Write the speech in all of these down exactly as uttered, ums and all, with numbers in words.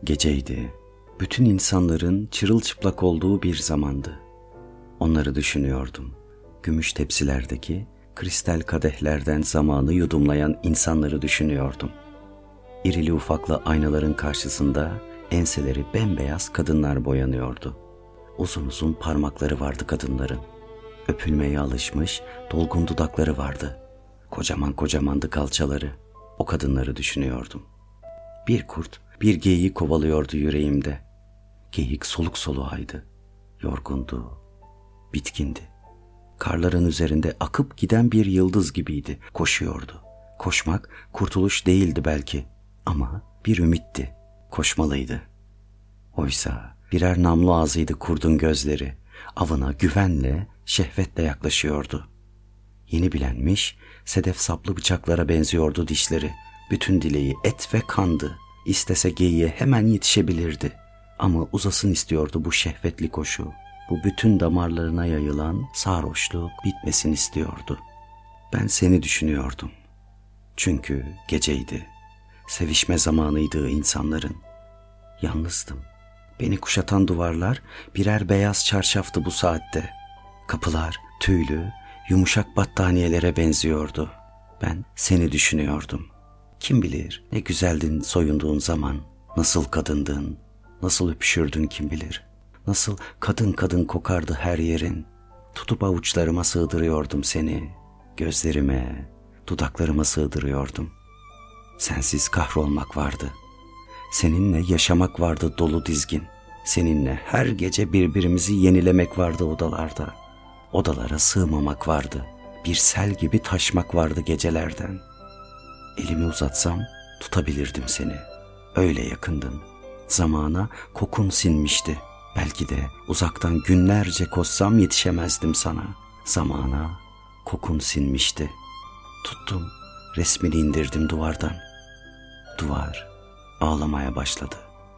Geceydi. Bütün insanların çırılçıplak olduğu bir zamandı. Onları düşünüyordum. Gümüş tepsilerdeki kristal kadehlerden zamanı yudumlayan insanları düşünüyordum. İrili ufaklı aynaların karşısında enseleri bembeyaz kadınlar boyanıyordu. Uzun uzun parmakları vardı kadınların. Öpülmeye alışmış dolgun dudakları vardı. Kocaman kocamandı kalçaları. O kadınları düşünüyordum. Bir kurt bir geyiği kovalıyordu yüreğimde. Geyik soluk soluğaydı. Yorgundu, bitkindi. Karların üzerinde akıp giden bir yıldız gibiydi. Koşuyordu. Koşmak kurtuluş değildi belki ama bir ümitti. Koşmalıydı. Oysa birer namlu ağzıydı kurdun gözleri. Avına güvenle, şehvetle yaklaşıyordu. Yeni bilenmiş, sedef saplı bıçaklara benziyordu dişleri. Bütün dileği et ve kandı. İstese geyiğe hemen yetişebilirdi. Ama uzasın istiyordu bu şehvetli koşu. Bu bütün damarlarına yayılan sarhoşluk bitmesin istiyordu. Ben seni düşünüyordum. Çünkü geceydi. Sevişme zamanıydı insanların. Yalnızdım. Beni kuşatan duvarlar birer beyaz çarşaftı bu saatte. Kapılar tüylü, yumuşak battaniyelere benziyordu. Ben seni düşünüyordum. Kim bilir ne güzeldin soyunduğun zaman, nasıl kadındın, nasıl öpüşürdün kim bilir. Nasıl kadın kadın kokardı her yerin. Tutup avuçlarıma sığdırıyordum seni. Gözlerime, dudaklarıma sığdırıyordum. Sensiz kahrolmak vardı. Seninle yaşamak vardı dolu dizgin. Seninle her gece birbirimizi yenilemek vardı odalarda. Odalara sığmamak vardı. Bir sel gibi taşmak vardı gecelerden. Elimi uzatsam tutabilirdim seni. Öyle yakındın. Zamana kokun sinmişti. Belki de uzaktan günlerce koşsam yetişemezdim sana. Zamana kokun sinmişti. Tuttum, resmini indirdim duvardan. Duvar ağlamaya başladı.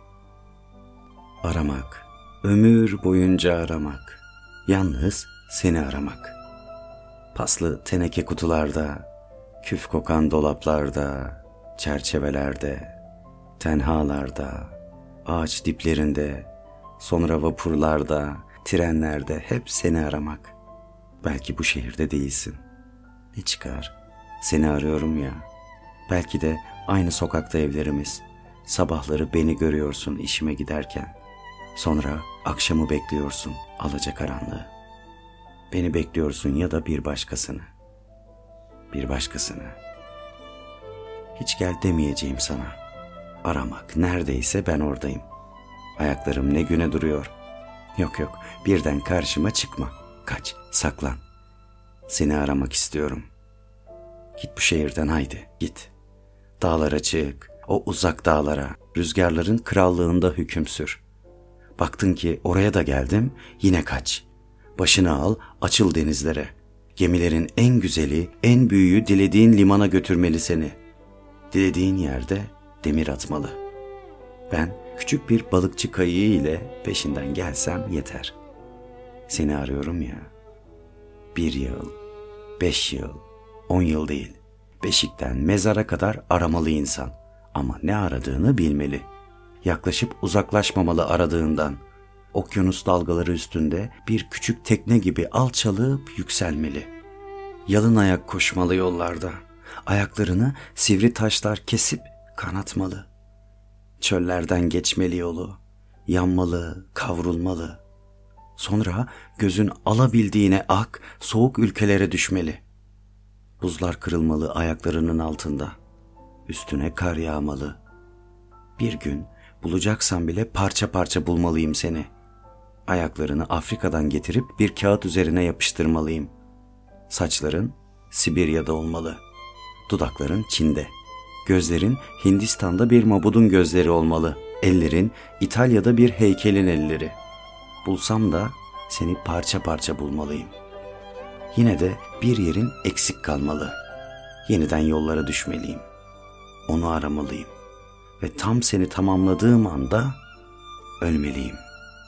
Aramak, ömür boyunca aramak. Yalnız seni aramak. Paslı teneke kutularda, küf kokan dolaplarda, çerçevelerde, tenhalarda, ağaç diplerinde, sonra vapurlarda, trenlerde hep seni aramak. Belki bu şehirde değilsin. Ne çıkar? Seni arıyorum ya. Belki de aynı sokakta evlerimiz. Sabahları beni görüyorsun işime giderken. Sonra akşamı bekliyorsun alacakaranlığı. Beni bekliyorsun ya da bir başkasını. Bir başkasını. Hiç gel demeyeceğim sana. Aramak neredeyse ben oradayım. Ayaklarım ne güne duruyor. Yok yok, birden karşıma çıkma. Kaç, saklan. Seni aramak istiyorum. Git bu şehirden haydi, git. Dağlara çık, o uzak dağlara, rüzgarların krallığında hüküm sür. Baktın ki oraya da geldim, yine kaç. Başını al, açıl denizlere. Gemilerin en güzeli, en büyüğü dilediğin limana götürmeli seni. Dilediğin yerde demir atmalı. Ben küçük bir balıkçı kayığı ile peşinden gelsem yeter. Seni arıyorum ya. Bir yıl, beş yıl, on yıl değil. Beşikten mezara kadar aramalı insan. Ama ne aradığını bilmeli. Yaklaşıp uzaklaşmamalı aradığından. Okyanus dalgaları üstünde bir küçük tekne gibi alçalıp yükselmeli. Yalın ayak koşmalı yollarda. Ayaklarını sivri taşlar kesip kanatmalı. Çöllerden geçmeli yolu. Yanmalı, kavrulmalı. Sonra gözün alabildiğine ak, soğuk ülkelere düşmeli. Buzlar kırılmalı ayaklarının altında. Üstüne kar yağmalı. Bir gün bulacaksan bile parça parça bulmalıyım seni. Ayaklarını Afrika'dan getirip bir kağıt üzerine yapıştırmalıyım. Saçların Sibirya'da olmalı. Dudakların Çin'de. Gözlerin Hindistan'da bir mabudun gözleri olmalı. Ellerin İtalya'da bir heykelin elleri. Bulsam da seni parça parça bulmalıyım. Yine de bir yerin eksik kalmalı. Yeniden yollara düşmeliyim. Onu aramalıyım. Ve tam seni tamamladığım anda ölmeliyim.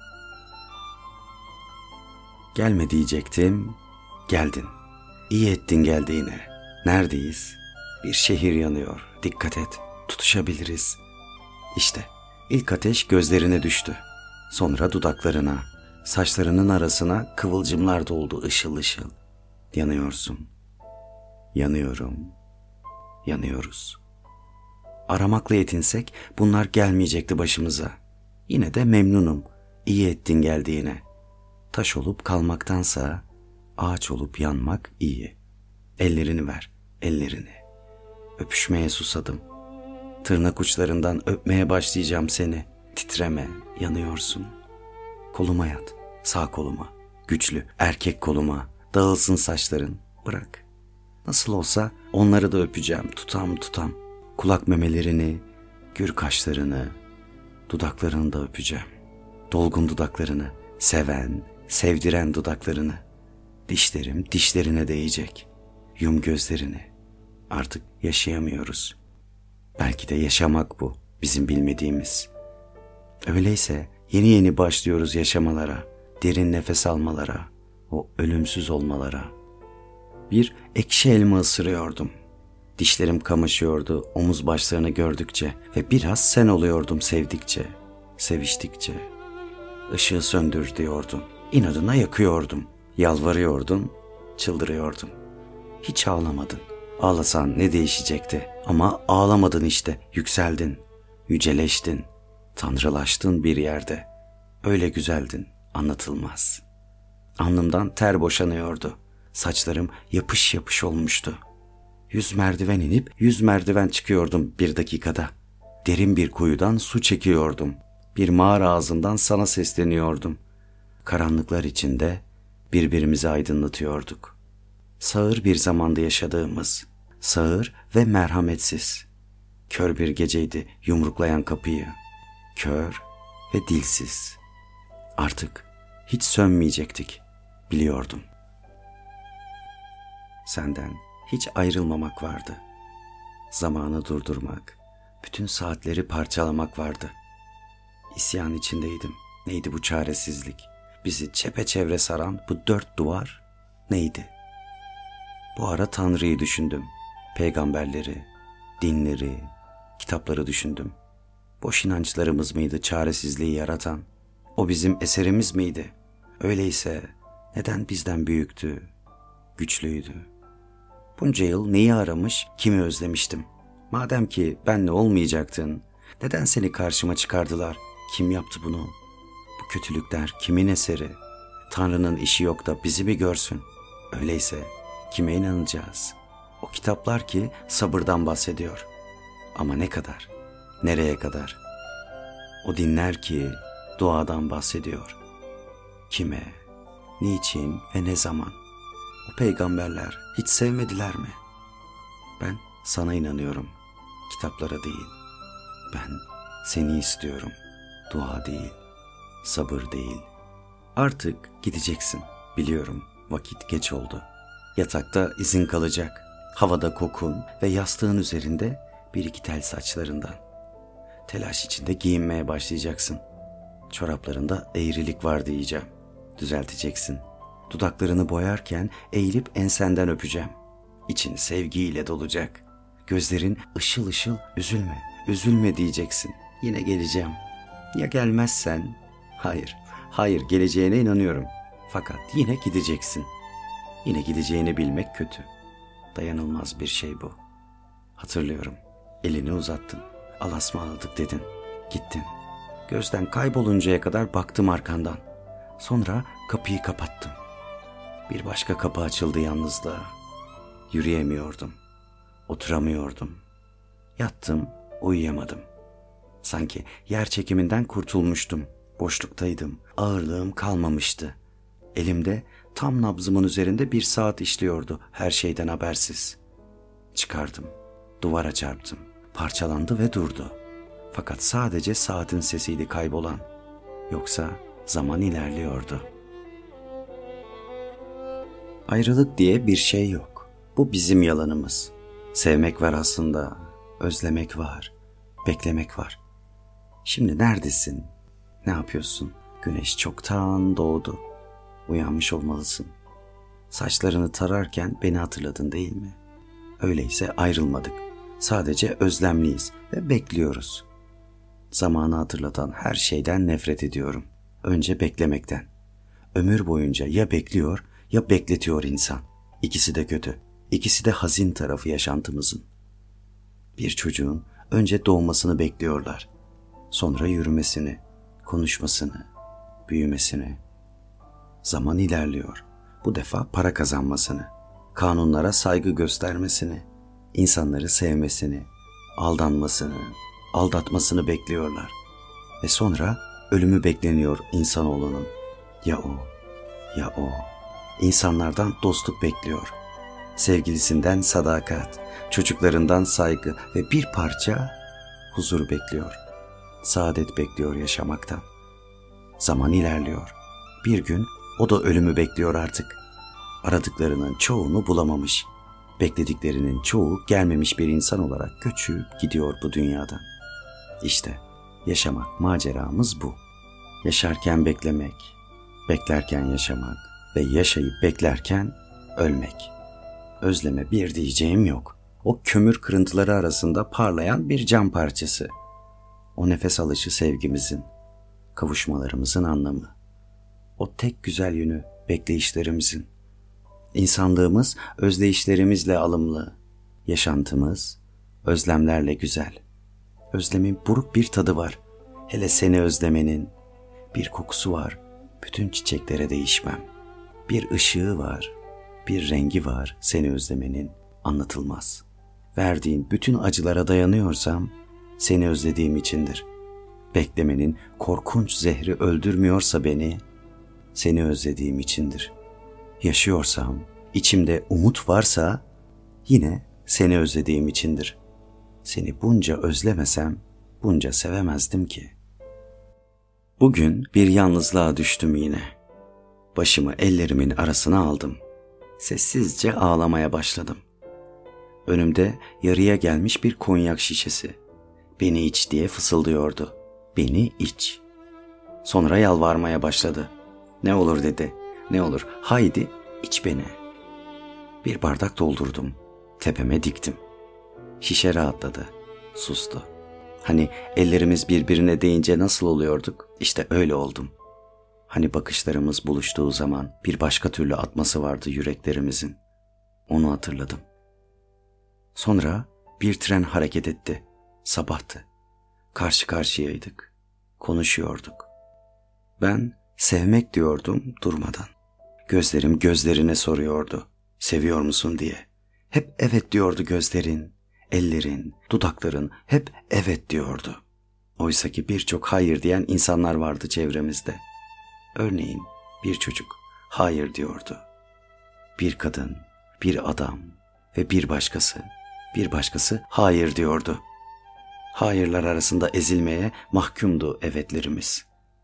Gelme diyecektim, geldin. İyi ettin geldiğine. Neredeyiz? Bir şehir yanıyor. Dikkat et, tutuşabiliriz. İşte İlk ateş gözlerine düştü. Sonra dudaklarına, saçlarının arasına kıvılcımlar doldu ışıl ışıl. Yanıyorsun. Yanıyorum. Yanıyoruz. Aramakla yetinsek bunlar gelmeyecekti başımıza. Yine de memnunum. İyi ettin geldiğine. Taş olup kalmaktansa ağaç olup yanmak iyi. Ellerini ver, ellerini. Öpüşmeye susadım. Tırnak uçlarından öpmeye başlayacağım seni. Titreme, yanıyorsun. Koluma yat, sağ koluma. Güçlü, erkek koluma. Dağılsın saçların, bırak. Nasıl olsa onları da öpeceğim, tutam tutam. Kulak memelerini, gür kaşlarını, dudaklarını da öpeceğim. Dolgun dudaklarını, seven, sevdiren dudaklarını. Dişlerim dişlerine değecek. Yum gözlerini. Artık yaşayamıyoruz. Belki de yaşamak bu, bizim bilmediğimiz. Öyleyse yeni yeni başlıyoruz yaşamalara, derin nefes almalara, o ölümsüz olmalara. Bir ekşi elma ısırıyordum. Dişlerim kamaşıyordu omuz başlarını gördükçe ve biraz sen oluyordum sevdikçe, seviştikçe. Işığı söndür diyordum, inadına yakıyordum, yalvarıyordum, çıldırıyordum. Hiç ağlamadın. Ağlasan ne değişecekti? Ama ağlamadın işte, yükseldin, yüceleştin, tanrılaştın bir yerde. Öyle güzeldin, anlatılmaz. Alnımdan ter boşanıyordu. Saçlarım yapış yapış olmuştu. Yüz merdiven inip yüz merdiven çıkıyordum bir dakikada. Derin bir kuyudan su çekiyordum. Bir mağara ağzından sana sesleniyordum. Karanlıklar içinde birbirimizi aydınlatıyorduk. Sağır bir zamanda yaşadığımız, sağır ve merhametsiz. Kör bir geceydi yumruklayan kapıyı. Kör ve dilsiz. Artık hiç sönmeyecektik, biliyordum. Senden hiç ayrılmamak vardı. Zamanı durdurmak, bütün saatleri parçalamak vardı. İsyan içindeydim. Neydi bu çaresizlik? Bizi çepeçevre saran bu dört duvar neydi? Bu ara Tanrı'yı düşündüm. Peygamberleri, dinleri, kitapları düşündüm. Boş inançlarımız mıydı çaresizliği yaratan? O bizim eserimiz miydi? Öyleyse neden bizden büyüktü, güçlüydü? Bunca yıl neyi aramış, kimi özlemiştim? Madem ki benle olmayacaktın, neden seni karşıma çıkardılar? Kim yaptı bunu? Bu kötülükler kimin eseri? Tanrı'nın işi yok da bizi mi görsün? Öyleyse kime inanacağız? O kitaplar ki sabırdan bahsediyor. Ama ne kadar? Nereye kadar? O dinler ki duadan bahsediyor. Kime, niçin ve ne zaman? O peygamberler hiç sevmediler mi? Ben sana inanıyorum, kitaplara değil. Ben seni istiyorum, dua değil, sabır değil. Artık gideceksin, biliyorum, vakit geç oldu. Yatakta izin kalacak, havada kokun ve yastığın üzerinde bir iki tel saçlarından. Telaş içinde giyinmeye başlayacaksın. Çoraplarında eğrilik var diyeceğim, düzelteceksin. Dudaklarını boyarken eğilip ensenden öpeceğim. İçin sevgiyle dolacak. Gözlerin ışıl ışıl üzülme, üzülme diyeceksin. Yine geleceğim. Ya gelmezsen? Hayır, hayır geleceğine inanıyorum. Fakat yine gideceksin. Yine gideceğini bilmek kötü. Dayanılmaz bir şey bu. Hatırlıyorum. Elini uzattın. Alasmaladık dedin. Gittin. Gözden kayboluncaya kadar baktım arkandan. Sonra kapıyı kapattım. Bir başka kapı açıldı yalnızlığa. Yürüyemiyordum. Oturamıyordum. Yattım, uyuyamadım. Sanki yer çekiminden kurtulmuştum. Boşluktaydım. Ağırlığım kalmamıştı. Elimde tam nabzımın üzerinde bir saat işliyordu her şeyden habersiz. Çıkardım. Duvara çarptım. Parçalandı ve durdu. Fakat sadece saatin sesiydi kaybolan. Yoksa zaman ilerliyordu. Ayrılık diye bir şey yok. Bu bizim yalanımız. Sevmek var aslında, özlemek var, beklemek var. Şimdi neredesin? Ne yapıyorsun? Güneş çoktan doğdu. Uyanmış olmalısın. Saçlarını tararken beni hatırladın değil mi? Öyleyse ayrılmadık. Sadece özlemliyiz ve bekliyoruz. Zamanı hatırlatan her şeyden nefret ediyorum. Önce beklemekten. Ömür boyunca ya bekliyor ya bekletiyor insan. İkisi de kötü. İkisi de hazin tarafı yaşantımızın. Bir çocuğun önce doğmasını bekliyorlar. Sonra yürümesini, konuşmasını, büyümesini. Zaman ilerliyor. Bu defa para kazanmasını, kanunlara saygı göstermesini, insanları sevmesini, aldanmasını, aldatmasını bekliyorlar. Ve sonra ölümü bekleniyor insanoğlunun. Ya o, ya o. İnsanlardan dostluk bekliyor. Sevgilisinden sadakat, çocuklarından saygı ve bir parça huzur bekliyor. Saadet bekliyor yaşamaktan. Zaman ilerliyor. Bir gün o da ölümü bekliyor artık. Aradıklarının çoğunu bulamamış. Beklediklerinin çoğu gelmemiş bir insan olarak göçüp gidiyor bu dünyadan. İşte yaşamak, maceramız bu. Yaşarken beklemek, beklerken yaşamak ve yaşayıp beklerken ölmek. Özleme bir diyeceğim yok. O kömür kırıntıları arasında parlayan bir cam parçası. O nefes alışı sevgimizin, kavuşmalarımızın anlamı. O tek güzel yönü bekleyişlerimizin. İnsanlığımız özdeyişlerimizle alımlı. Yaşantımız özlemlerle güzel. Özlemin buruk bir tadı var. Hele seni özlemenin. Bir kokusu var. Bütün çiçeklere değişmem. Bir ışığı var. Bir rengi var seni özlemenin. Anlatılmaz. Verdiğin bütün acılara dayanıyorsam seni özlediğim içindir. Beklemenin korkunç zehri öldürmüyorsa beni, seni özlediğim içindir. Yaşıyorsam, içimde umut varsa yine seni özlediğim içindir. Seni bunca özlemesem bunca sevemezdim ki. Bugün bir yalnızlığa düştüm yine. Başımı ellerimin arasına aldım. Sessizce ağlamaya başladım. Önümde yarıya gelmiş bir konyak şişesi. Beni iç diye fısıldıyordu. Beni iç. Sonra yalvarmaya başladı. Ne olur dedi. Ne olur haydi iç beni. Bir bardak doldurdum. Tepeme diktim. Şişe rahatladı. Sustu. Hani ellerimiz birbirine değince nasıl oluyorduk? İşte öyle oldum. Hani bakışlarımız buluştuğu zaman bir başka türlü atması vardı yüreklerimizin. Onu hatırladım. Sonra bir tren hareket etti. Sabahtı. Karşı karşıyaydık. Konuşuyorduk. Ben sevmek diyordum durmadan. Gözlerim gözlerine soruyordu. Seviyor musun diye. Hep evet diyordu gözlerin, ellerin, dudakların hep evet diyordu. Oysaki birçok hayır diyen insanlar vardı çevremizde. Örneğin bir çocuk hayır diyordu. Bir kadın, bir adam ve bir başkası, bir başkası hayır diyordu. Hayırlar arasında ezilmeye mahkumdu evetlerimiz.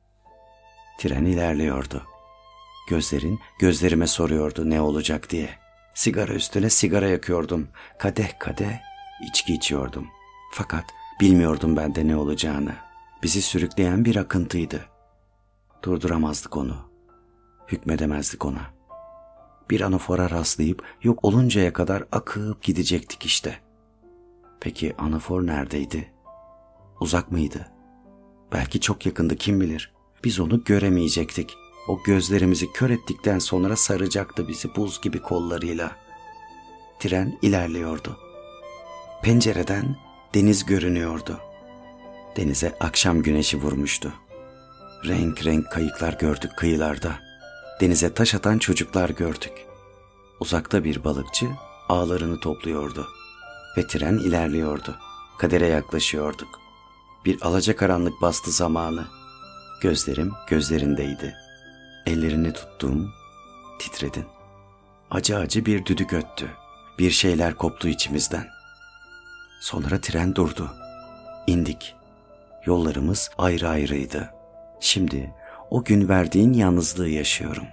Tren ilerliyordu. Gözlerin gözlerime soruyordu ne olacak diye. Sigara üstüne sigara yakıyordum. Kadeh kadeh içki içiyordum. Fakat bilmiyordum ben de ne olacağını. Bizi sürükleyen bir akıntıydı. Durduramazdık onu. Hükmedemezdik ona. Bir anafora rastlayıp yok oluncaya kadar akıp gidecektik işte. Peki anafor neredeydi? Uzak mıydı? Belki çok yakındı, kim bilir. Biz onu göremeyecektik. O gözlerimizi kör ettikten sonra saracaktı bizi buz gibi kollarıyla. Tren ilerliyordu. Pencereden deniz görünüyordu. Denize akşam güneşi vurmuştu. Renk renk kayıklar gördük kıyılarda. Denize taş atan çocuklar gördük. Uzakta bir balıkçı ağlarını topluyordu. Ve tren ilerliyordu. Kadere yaklaşıyorduk. Bir alacakaranlık bastı zamanı. Gözlerim gözlerindeydi. Ellerini tuttum, titredin. Acı acı bir düdük öttü. Bir şeyler koptu içimizden. Sonra tren durdu. İndik. Yollarımız ayrı ayrıydı. Şimdi o gün verdiğin yalnızlığı yaşıyorum.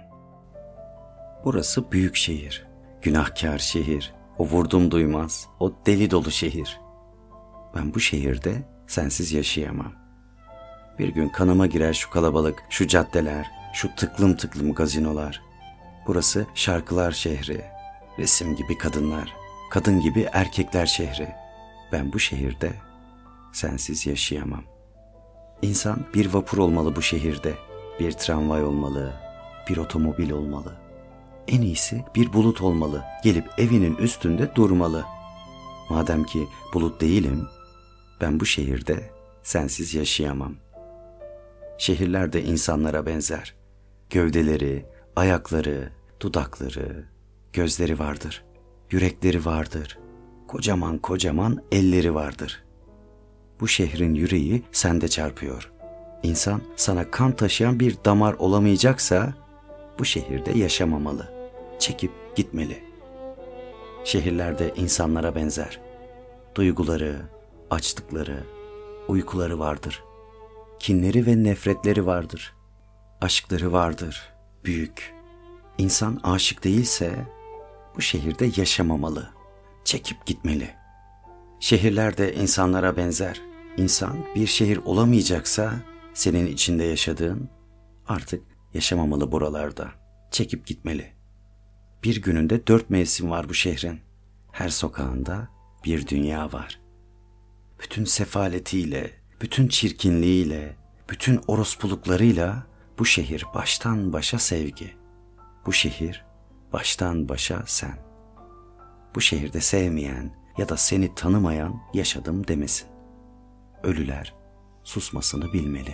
Burası büyük şehir, günahkar şehir, o vurdum duymaz, o deli dolu şehir. Ben bu şehirde sensiz yaşayamam. Bir gün kanıma girer şu kalabalık, şu caddeler, şu tıklım tıklım gazinolar. Burası şarkılar şehri, resim gibi kadınlar, kadın gibi erkekler şehri. Ben bu şehirde sensiz yaşayamam. İnsan bir vapur olmalı bu şehirde, bir tramvay olmalı, bir otomobil olmalı. En iyisi bir bulut olmalı, gelip evinin üstünde durmalı. Madem ki bulut değilim, ben bu şehirde sensiz yaşayamam. Şehirler de insanlara benzer. Gövdeleri, ayakları, dudakları, gözleri vardır. Yürekleri vardır. Kocaman kocaman elleri vardır. Bu şehrin yüreği sende çarpıyor. İnsan sana kan taşıyan bir damar olamayacaksa bu şehirde yaşamamalı. Çekip gitmeli. Şehirler de insanlara benzer. Duyguları, açlıkları, uykuları vardır. Kinleri ve nefretleri vardır. Aşkları vardır, büyük. İnsan aşık değilse bu şehirde yaşamamalı. Çekip gitmeli. Şehirler de insanlara benzer. İnsan bir şehir olamayacaksa senin içinde yaşadığın artık yaşamamalı buralarda. Çekip gitmeli. Bir gününde dört mevsim var bu şehrin. Her sokağında bir dünya var. Bütün sefaletiyle, bütün çirkinliğiyle, bütün orospuluklarıyla bu şehir baştan başa sevgi. Bu şehir baştan başa sen. Bu şehirde sevmeyen ya da seni tanımayan yaşadım demesin. Ölüler susmasını bilmeli.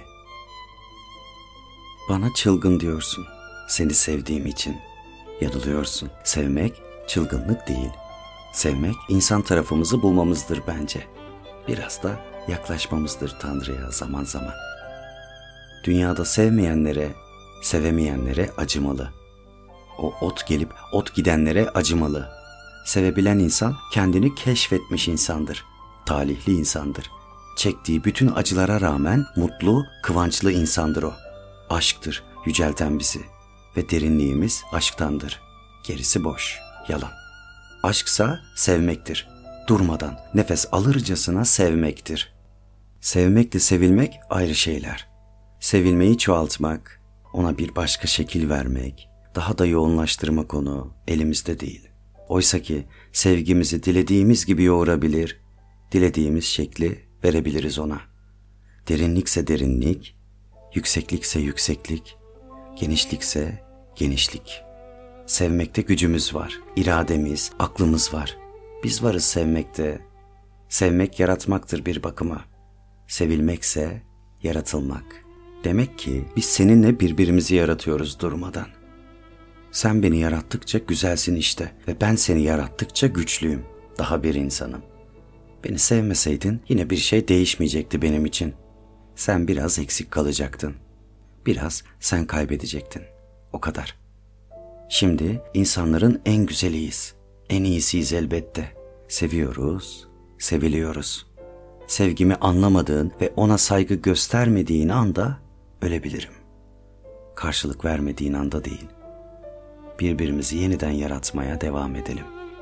Bana çılgın diyorsun seni sevdiğim için. Yanılıyorsun. Sevmek çılgınlık değil. Sevmek insan tarafımızı bulmamızdır bence. Biraz da yaklaşmamızdır Tanrı'ya zaman zaman. Dünyada sevmeyenlere, sevemeyenlere acımalı. O ot gelip ot gidenlere acımalı. Sevebilen insan kendini keşfetmiş insandır. Talihli insandır. Çektiği bütün acılara rağmen mutlu, kıvançlı insandır o. Aşktır yücelten bizi ve derinliğimiz aşktandır. Gerisi boş, yalan. Aşksa sevmektir. Durmadan, nefes alırcasına sevmektir. Sevmekle sevilmek ayrı şeyler. Sevilmeyi çoğaltmak, ona bir başka şekil vermek, daha da yoğunlaştırmak onu elimizde değil. Oysa ki sevgimizi dilediğimiz gibi yoğurabilir, dilediğimiz şekli verebiliriz ona. Derinlikse derinlik, yükseklikse yükseklik, genişlikse genişlik. Sevmekte gücümüz var, irademiz, aklımız var. Biz varız sevmekte. Sevmek yaratmaktır bir bakıma. Sevilmekse yaratılmak. Demek ki biz seninle birbirimizi yaratıyoruz durmadan. Sen beni yarattıkça güzelsin işte ve ben seni yarattıkça güçlüyüm. Daha bir insanım. Beni sevmeseydin yine bir şey değişmeyecekti benim için. Sen biraz eksik kalacaktın. Biraz sen kaybedecektin. O kadar. Şimdi insanların en güzeliyiz. En iyisiyiz elbette. Seviyoruz, seviliyoruz. Sevgimi anlamadığın ve ona saygı göstermediğin anda ölebilirim. Karşılık vermediğin anda değil. Birbirimizi yeniden yaratmaya devam edelim.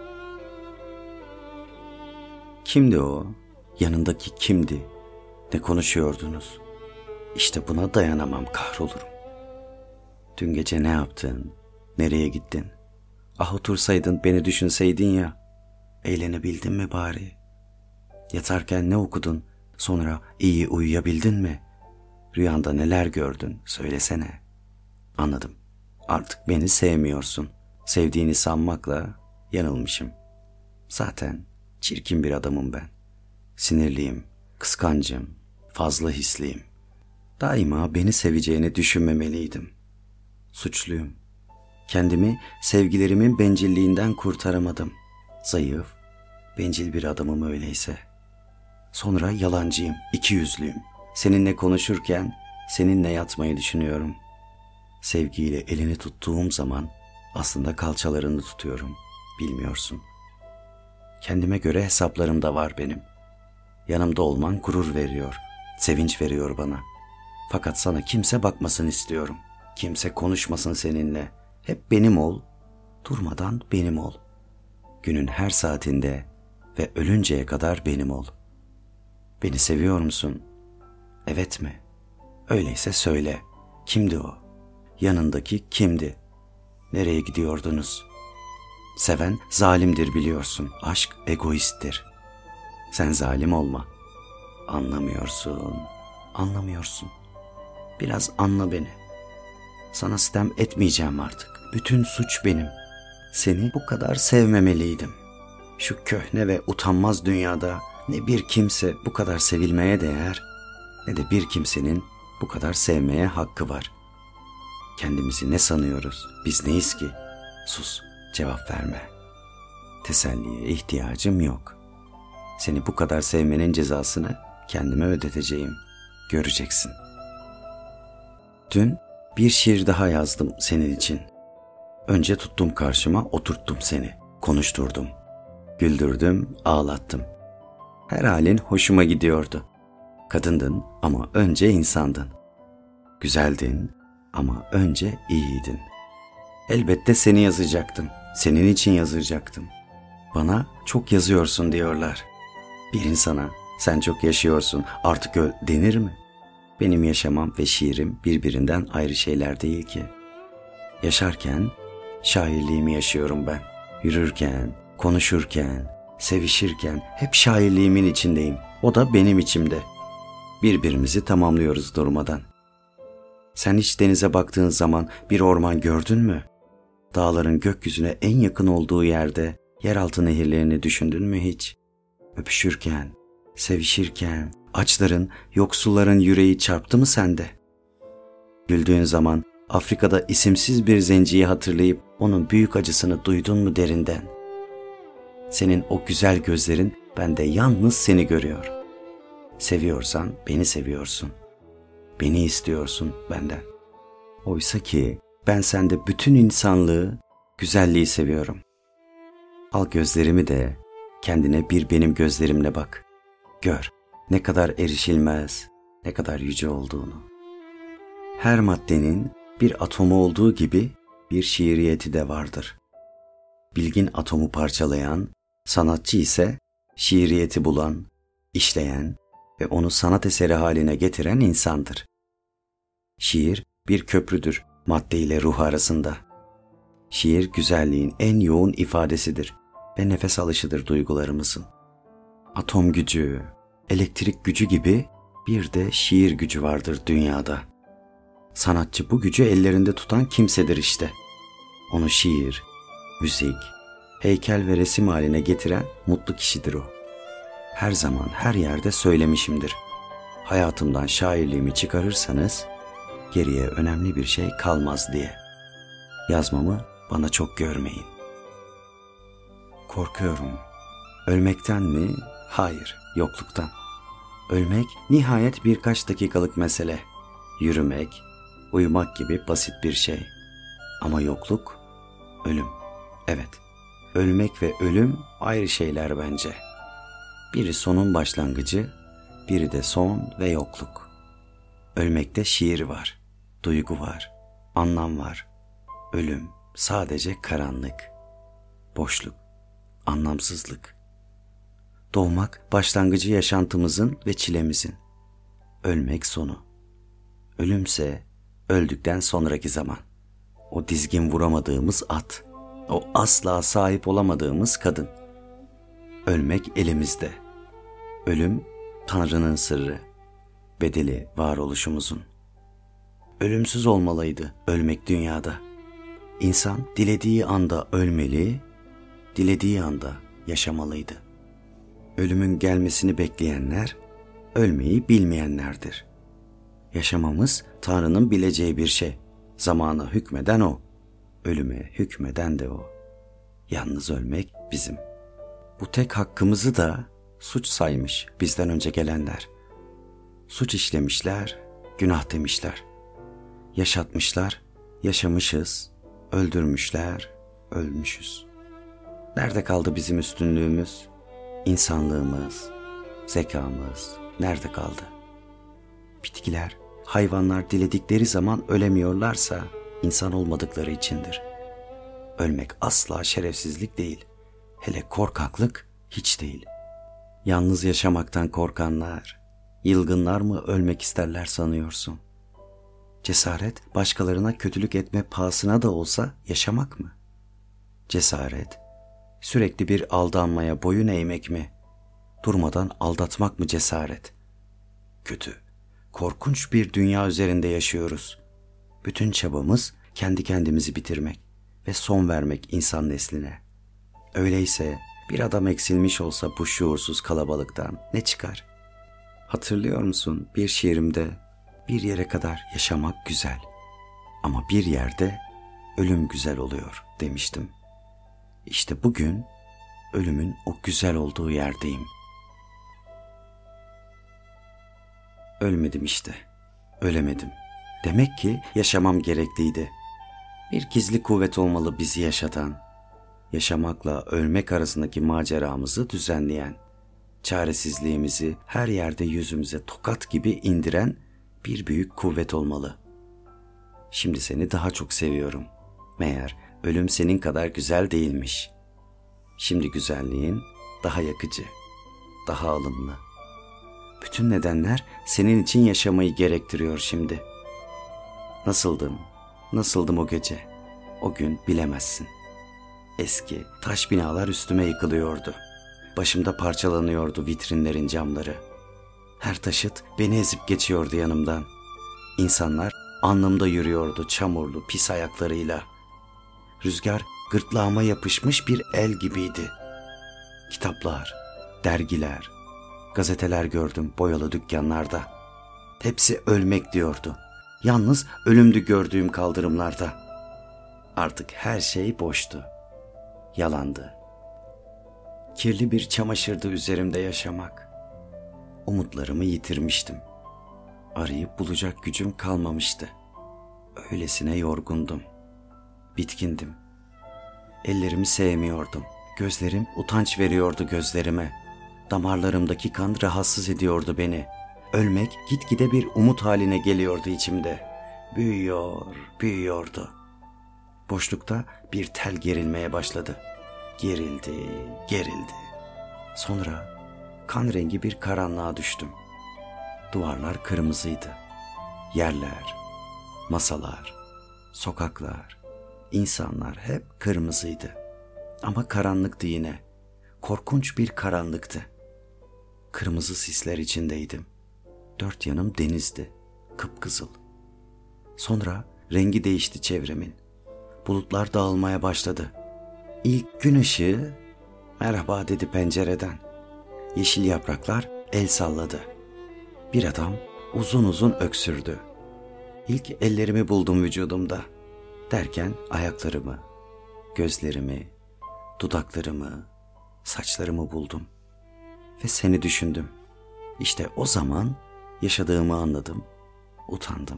Kimdi o? Yanındaki kimdi? Ne konuşuyordunuz? İşte buna dayanamam, kahrolurum. Dün gece ne yaptın? Nereye gittin? Ah otursaydın, beni düşünseydin ya. Eğlenebildin mi bari? Yatarken ne okudun? Sonra iyi uyuyabildin mi? Rüyanda neler gördün? Söylesene. Anladım. Artık beni sevmiyorsun. Sevdiğini sanmakla yanılmışım. Zaten çirkin bir adamım ben. Sinirliyim, kıskancım, fazla hisliyim. Daima beni seveceğini düşünmemeliydim. Suçluyum. Kendimi sevgilerimin bencilliğinden kurtaramadım. Zayıf, bencil bir adamım öyleyse. Sonra yalancıyım, ikiyüzlüyüm. Seninle konuşurken seninle yatmayı düşünüyorum. Sevgiyle elini tuttuğum zaman aslında kalçalarını tutuyorum. Bilmiyorsun. Kendime göre hesaplarım da var benim. Yanımda olman gurur veriyor, sevinç veriyor bana. Fakat sana kimse bakmasın istiyorum. Kimse konuşmasın seninle. Hep benim ol, durmadan benim ol. Günün her saatinde ve ölünceye kadar benim ol. Beni seviyor musun? Evet mi? Öyleyse söyle. Kimdi o? Yanındaki kimdi? Nereye gidiyordunuz? Seven zalimdir biliyorsun. Aşk egoisttir. Sen zalim olma. Anlamıyorsun. Anlamıyorsun. Biraz anla beni. Sana sitem etmeyeceğim artık. Bütün suç benim. Seni bu kadar sevmemeliydim. Şu köhne ve utanmaz dünyada ne bir kimse bu kadar sevilmeye değer, ne de bir kimsenin bu kadar sevmeye hakkı var. Kendimizi ne sanıyoruz? Biz neyiz ki? Sus, cevap verme. Teselliye ihtiyacım yok. Seni bu kadar sevmenin cezasını kendime ödeteceğim. Göreceksin. Dün bir şiir daha yazdım senin için. Önce tuttum karşıma, oturttum seni, konuşturdum. Güldürdüm, ağlattım. Her halin hoşuma gidiyordu. Kadındın ama önce insandın. Güzeldin ama önce iyiydin. Elbette seni yazacaktım. Senin için yazacaktım. Bana çok yazıyorsun diyorlar. Bir insana sen çok yaşıyorsun, artık öl denir mi? Benim yaşamam ve şiirim birbirinden ayrı şeyler değil ki. Yaşarken şairliğimi yaşıyorum ben. Yürürken, konuşurken, sevişirken hep şairliğimin içindeyim. O da benim içimde. Birbirimizi tamamlıyoruz durmadan. Sen hiç denize baktığın zaman bir orman gördün mü? Dağların gökyüzüne en yakın olduğu yerde yeraltı nehirlerini düşündün mü hiç? Öpüşürken, sevişirken, açların, yoksulların yüreği çarptı mı sende? Güldüğün zaman Afrika'da isimsiz bir zenciyi hatırlayıp onun büyük acısını duydun mu derinden? Senin o güzel gözlerin bende yalnız seni görüyor. Seviyorsan beni seviyorsun. Beni istiyorsun benden. Oysa ki ben sende bütün insanlığı, güzelliği seviyorum. Al gözlerimi de kendine bir benim gözlerimle bak. Gör ne kadar erişilmez, ne kadar yüce olduğunu. Her maddenin bir atomu olduğu gibi bir şiiriyeti de vardır. Bilgin atomu parçalayan, sanatçı ise şiiriyeti bulan, işleyen ve onu sanat eseri haline getiren insandır. Şiir bir köprüdür madde ile ruh arasında. Şiir güzelliğin en yoğun ifadesidir ve nefes alışıdır duygularımızın. Atom gücü, elektrik gücü gibi bir de şiir gücü vardır dünyada. Sanatçı bu gücü ellerinde tutan kimsedir işte. Onu şiir, müzik, heykel ve resim haline getiren mutlu kişidir o. Her zaman her yerde söylemişimdir. Hayatımdan şairliğimi çıkarırsanız geriye önemli bir şey kalmaz diye. Yazmamı bana çok görmeyin. Korkuyorum. Ölmekten mi? Hayır, yokluktan. Ölmek nihayet birkaç dakikalık mesele. Yürümek, uyumak gibi basit bir şey. Ama yokluk, ölüm. Evet, ölmek ve ölüm ayrı şeyler bence. Biri sonun başlangıcı, biri de son ve yokluk. Ölmekte şiir var, duygu var, anlam var. Ölüm sadece karanlık, boşluk, anlamsızlık. Doğmak başlangıcı yaşantımızın ve çilemizin. Ölmek sonu. Ölümse öldükten sonraki zaman. O dizgin vuramadığımız at. O asla sahip olamadığımız kadın. Ölmek elimizde. Ölüm Tanrı'nın sırrı. Bedeli varoluşumuzun. Ölümsüz olmalıydı ölmek dünyada. İnsan dilediği anda ölmeli, dilediği anda yaşamalıydı. Ölümün gelmesini bekleyenler, ölmeyi bilmeyenlerdir. Yaşamamız Tanrı'nın bileceği bir şey. Zamana hükmeden O. Ölüme hükmeden de O. Yalnız ölmek bizim. Bu tek hakkımızı da suç saymış bizden önce gelenler. Suç işlemişler, günah demişler. Yaşatmışlar, yaşamışız, öldürmüşler, ölmüşüz. Nerede kaldı bizim üstünlüğümüz, insanlığımız, zekamız nerede kaldı? Bitkiler, hayvanlar diledikleri zaman ölemiyorlarsa insan olmadıkları içindir. Ölmek asla şerefsizlik değil, hele korkaklık hiç değil. Yalnız yaşamaktan korkanlar, yılgınlar mı ölmek isterler sanıyorsun? Cesaret, başkalarına kötülük etme pahasına da olsa yaşamak mı? Cesaret, sürekli bir aldanmaya boyun eğmek mi? Durmadan aldatmak mı cesaret? Kötü, korkunç bir dünya üzerinde yaşıyoruz. Bütün çabamız kendi kendimizi bitirmek ve son vermek insan nesline. Öyleyse bir adam eksilmiş olsa bu şuursuz kalabalıktan ne çıkar? Hatırlıyor musun bir şiirimde bir yere kadar yaşamak güzel ama bir yerde ölüm güzel oluyor demiştim. İşte bugün ölümün o güzel olduğu yerdeyim. Ölmedim işte, ölemedim. Demek ki yaşamam gerekliydi. Bir gizli kuvvet olmalı bizi yaşatan, yaşamakla ölmek arasındaki maceramızı düzenleyen, çaresizliğimizi her yerde yüzümüze tokat gibi indiren bir büyük kuvvet olmalı. Şimdi seni daha çok seviyorum. Meğer ölüm senin kadar güzel değilmiş. Şimdi güzelliğin daha yakıcı, daha alımlı. Bütün nedenler senin için yaşamayı gerektiriyor şimdi. Nasıldım, nasıldım o gece, o gün bilemezsin. Eski taş binalar üstüme yıkılıyordu. Başımda parçalanıyordu vitrinlerin camları. Her taşıt beni ezip geçiyordu yanımdan. İnsanlar alnımda yürüyordu çamurlu pis ayaklarıyla. Rüzgar gırtlağıma yapışmış bir el gibiydi. Kitaplar, dergiler, gazeteler gördüm boyalı dükkanlarda. Hepsi ölmek diyordu. Yalnız ölümdü gördüğüm kaldırımlarda. Artık her şey boştu. Yalandı. Kirli bir çamaşırdı üzerimde yaşamak. Umutlarımı yitirmiştim. Arayıp bulacak gücüm kalmamıştı. Öylesine yorgundum. Bitkindim. Ellerimi sevmiyordum. Gözlerim utanç veriyordu gözlerime. Damarlarımdaki kan rahatsız ediyordu beni. Ölmek gitgide bir umut haline geliyordu içimde. Büyüyor, büyüyordu. Boşlukta bir tel gerilmeye başladı. Gerildi, gerildi. Sonra kan rengi bir karanlığa düştüm. Duvarlar kırmızıydı. Yerler, masalar, sokaklar, insanlar hep kırmızıydı. Ama karanlıktı yine. Korkunç bir karanlıktı. Kırmızı sisler içindeydim. Dört yanım denizdi, kıpkızıl. Sonra rengi değişti çevremin. Bulutlar dağılmaya başladı. İlk gün ışığı merhaba dedi pencereden. Yeşil yapraklar el salladı. Bir adam uzun uzun öksürdü. İlk ellerimi buldum vücudumda. Derken ayaklarımı, gözlerimi, dudaklarımı, saçlarımı buldum. Ve seni düşündüm. İşte o zaman yaşadığımı anladım, utandım.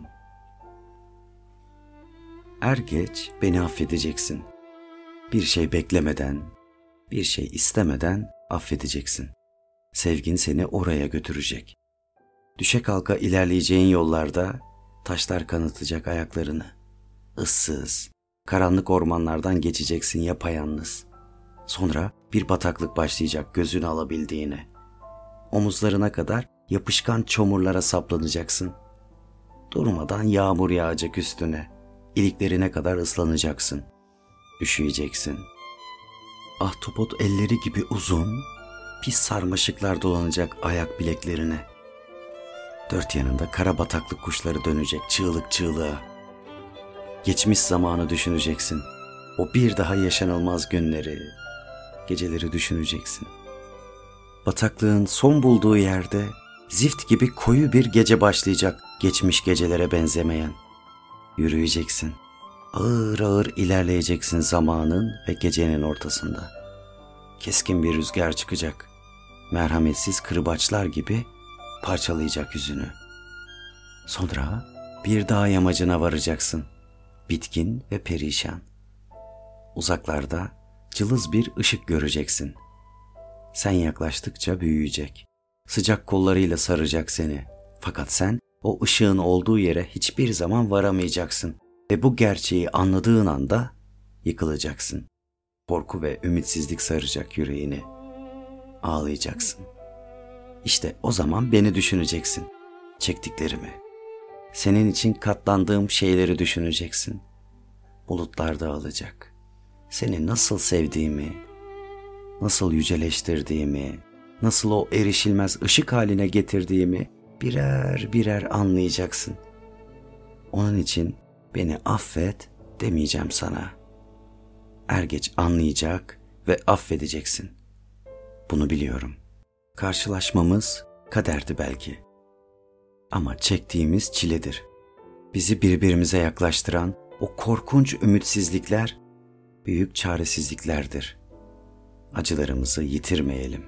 Er geç beni affedeceksin. Bir şey beklemeden, bir şey istemeden affedeceksin. Sevgin seni oraya götürecek. Düşe kalka ilerleyeceğin yollarda taşlar kanatacak ayaklarını. Issız, karanlık ormanlardan geçeceksin yapayalnız. Sonra bir bataklık başlayacak gözünü alabildiğine. Omuzlarına kadar yapışkan çamurlara saplanacaksın. Durmadan yağmur yağacak üstüne. İliklerine kadar ıslanacaksın. Üşüyeceksin. Ahtapot elleri gibi uzun, pis sarmaşıklar dolanacak ayak bileklerine. Dört yanında kara bataklık kuşları dönecek çığlık çığlığa. Geçmiş zamanı düşüneceksin. O bir daha yaşanılmaz günleri, geceleri düşüneceksin. Bataklığın son bulduğu yerde zift gibi koyu bir gece başlayacak geçmiş gecelere benzemeyen. Yürüyeceksin. Ağır ağır ilerleyeceksin zamanın ve gecenin ortasında. Keskin bir rüzgar çıkacak. Merhametsiz kırbaçlar gibi parçalayacak yüzünü. Sonra bir dağ yamacına varacaksın. Bitkin ve perişan. Uzaklarda cılız bir ışık göreceksin. Sen yaklaştıkça büyüyecek. Sıcak kollarıyla saracak seni. Fakat sen o ışığın olduğu yere hiçbir zaman varamayacaksın. Ve bu gerçeği anladığın anda yıkılacaksın. Korku ve ümitsizlik saracak yüreğini. Ağlayacaksın. İşte o zaman beni düşüneceksin. Çektiklerimi. Senin için katlandığım şeyleri düşüneceksin. Bulutlar dağılacak. Seni nasıl sevdiğimi, nasıl yüceleştirdiğimi, nasıl o erişilmez ışık haline getirdiğimi birer birer anlayacaksın. Onun için beni affet demeyeceğim sana. Er geç anlayacak ve affedeceksin. Bunu biliyorum. Karşılaşmamız kaderdi belki. Ama çektiğimiz çiledir. Bizi birbirimize yaklaştıran o korkunç ümitsizlikler büyük çaresizliklerdir. Acılarımızı yitirmeyelim.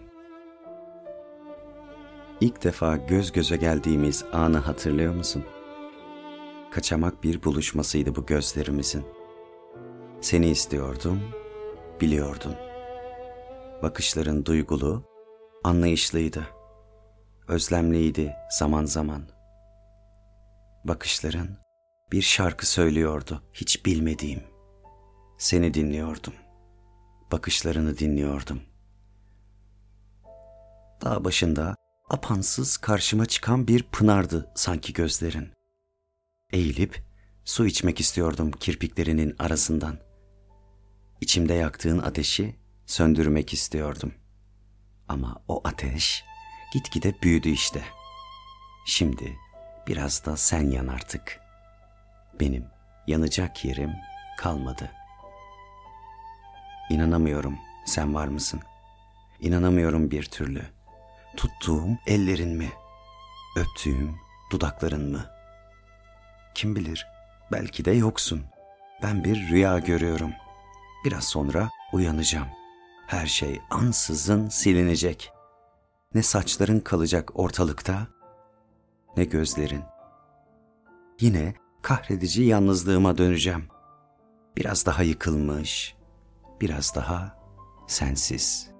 İlk defa göz göze geldiğimiz anı hatırlıyor musun? Kaçamak bir buluşmasıydı bu gözlerimizin. Seni istiyordum, biliyordun. Bakışların duygulu, anlayışlıydı. Özlemliydi zaman zaman. Bakışların bir şarkı söylüyordu hiç bilmediğim. Seni dinliyordum. Bakışlarını dinliyordum. Dağ başında apansız karşıma çıkan bir pınardı sanki gözlerin. Eğilip su içmek istiyordum kirpiklerinin arasından. İçimde yaktığın ateşi söndürmek istiyordum. Ama o ateş gitgide büyüdü işte. Şimdi biraz da sen yan artık. Benim yanacak yerim kalmadı. İnanamıyorum sen var mısın? İnanamıyorum bir türlü. Tuttuğum ellerin mi? Öptüğüm dudakların mı? Kim bilir, belki de yoksun. Ben bir rüya görüyorum. Biraz sonra uyanacağım. Her şey ansızın silinecek. Ne saçların kalacak ortalıkta, ne gözlerin. Yine kahredici yalnızlığıma döneceğim. Biraz daha yıkılmış, biraz daha sensiz.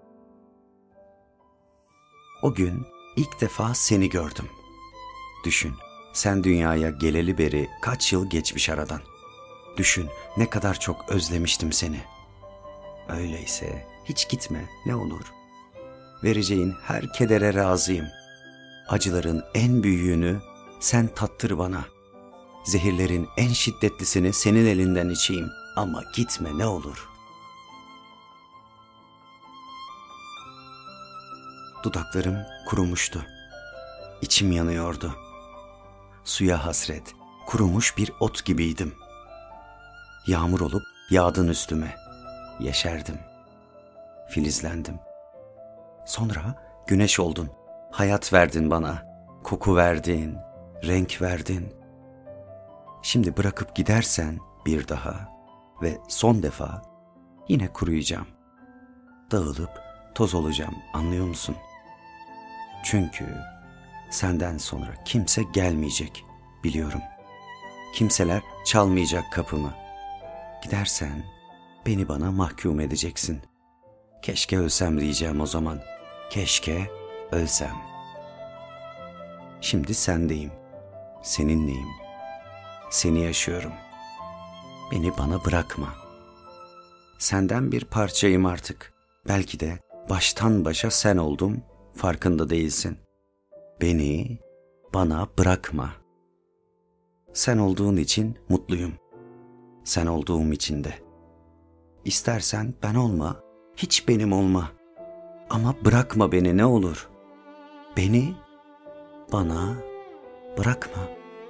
O gün ilk defa seni gördüm. Düşün, sen dünyaya geleli beri kaç yıl geçmiş aradan. Düşün, ne kadar çok özlemiştim seni. Öyleyse hiç gitme, ne olur. Vereceğin her kedere razıyım. Acıların en büyüğünü sen tattır bana. Zehirlerin en şiddetlisini senin elinden içeyim. Ama gitme ne olur. Dudaklarım kurumuştu. İçim yanıyordu. Suya hasret, kurumuş bir ot gibiydim. Yağmur olup yağdın üstüme. Yeşerdim. Filizlendim. Sonra güneş oldun. Hayat verdin bana. Koku verdin. Renk verdin. Şimdi bırakıp gidersen bir daha ve son defa yine kuruyacağım. Dağılıp toz olacağım, anlıyor musun? Çünkü senden sonra kimse gelmeyecek, biliyorum. Kimseler çalmayacak kapımı. Gidersen beni bana mahkum edeceksin. Keşke ölsem diyeceğim o zaman. Keşke ölsem. Şimdi sendeyim. Seninleyim. Seni yaşıyorum. Beni bana bırakma. Senden bir parçayım artık. Belki de baştan başa sen oldum, farkında değilsin. Beni bana bırakma. Sen olduğun için mutluyum. Sen olduğum için de. İstersen ben olma, hiç benim olma. Ama bırakma beni ne olur. Beni bana bırakma.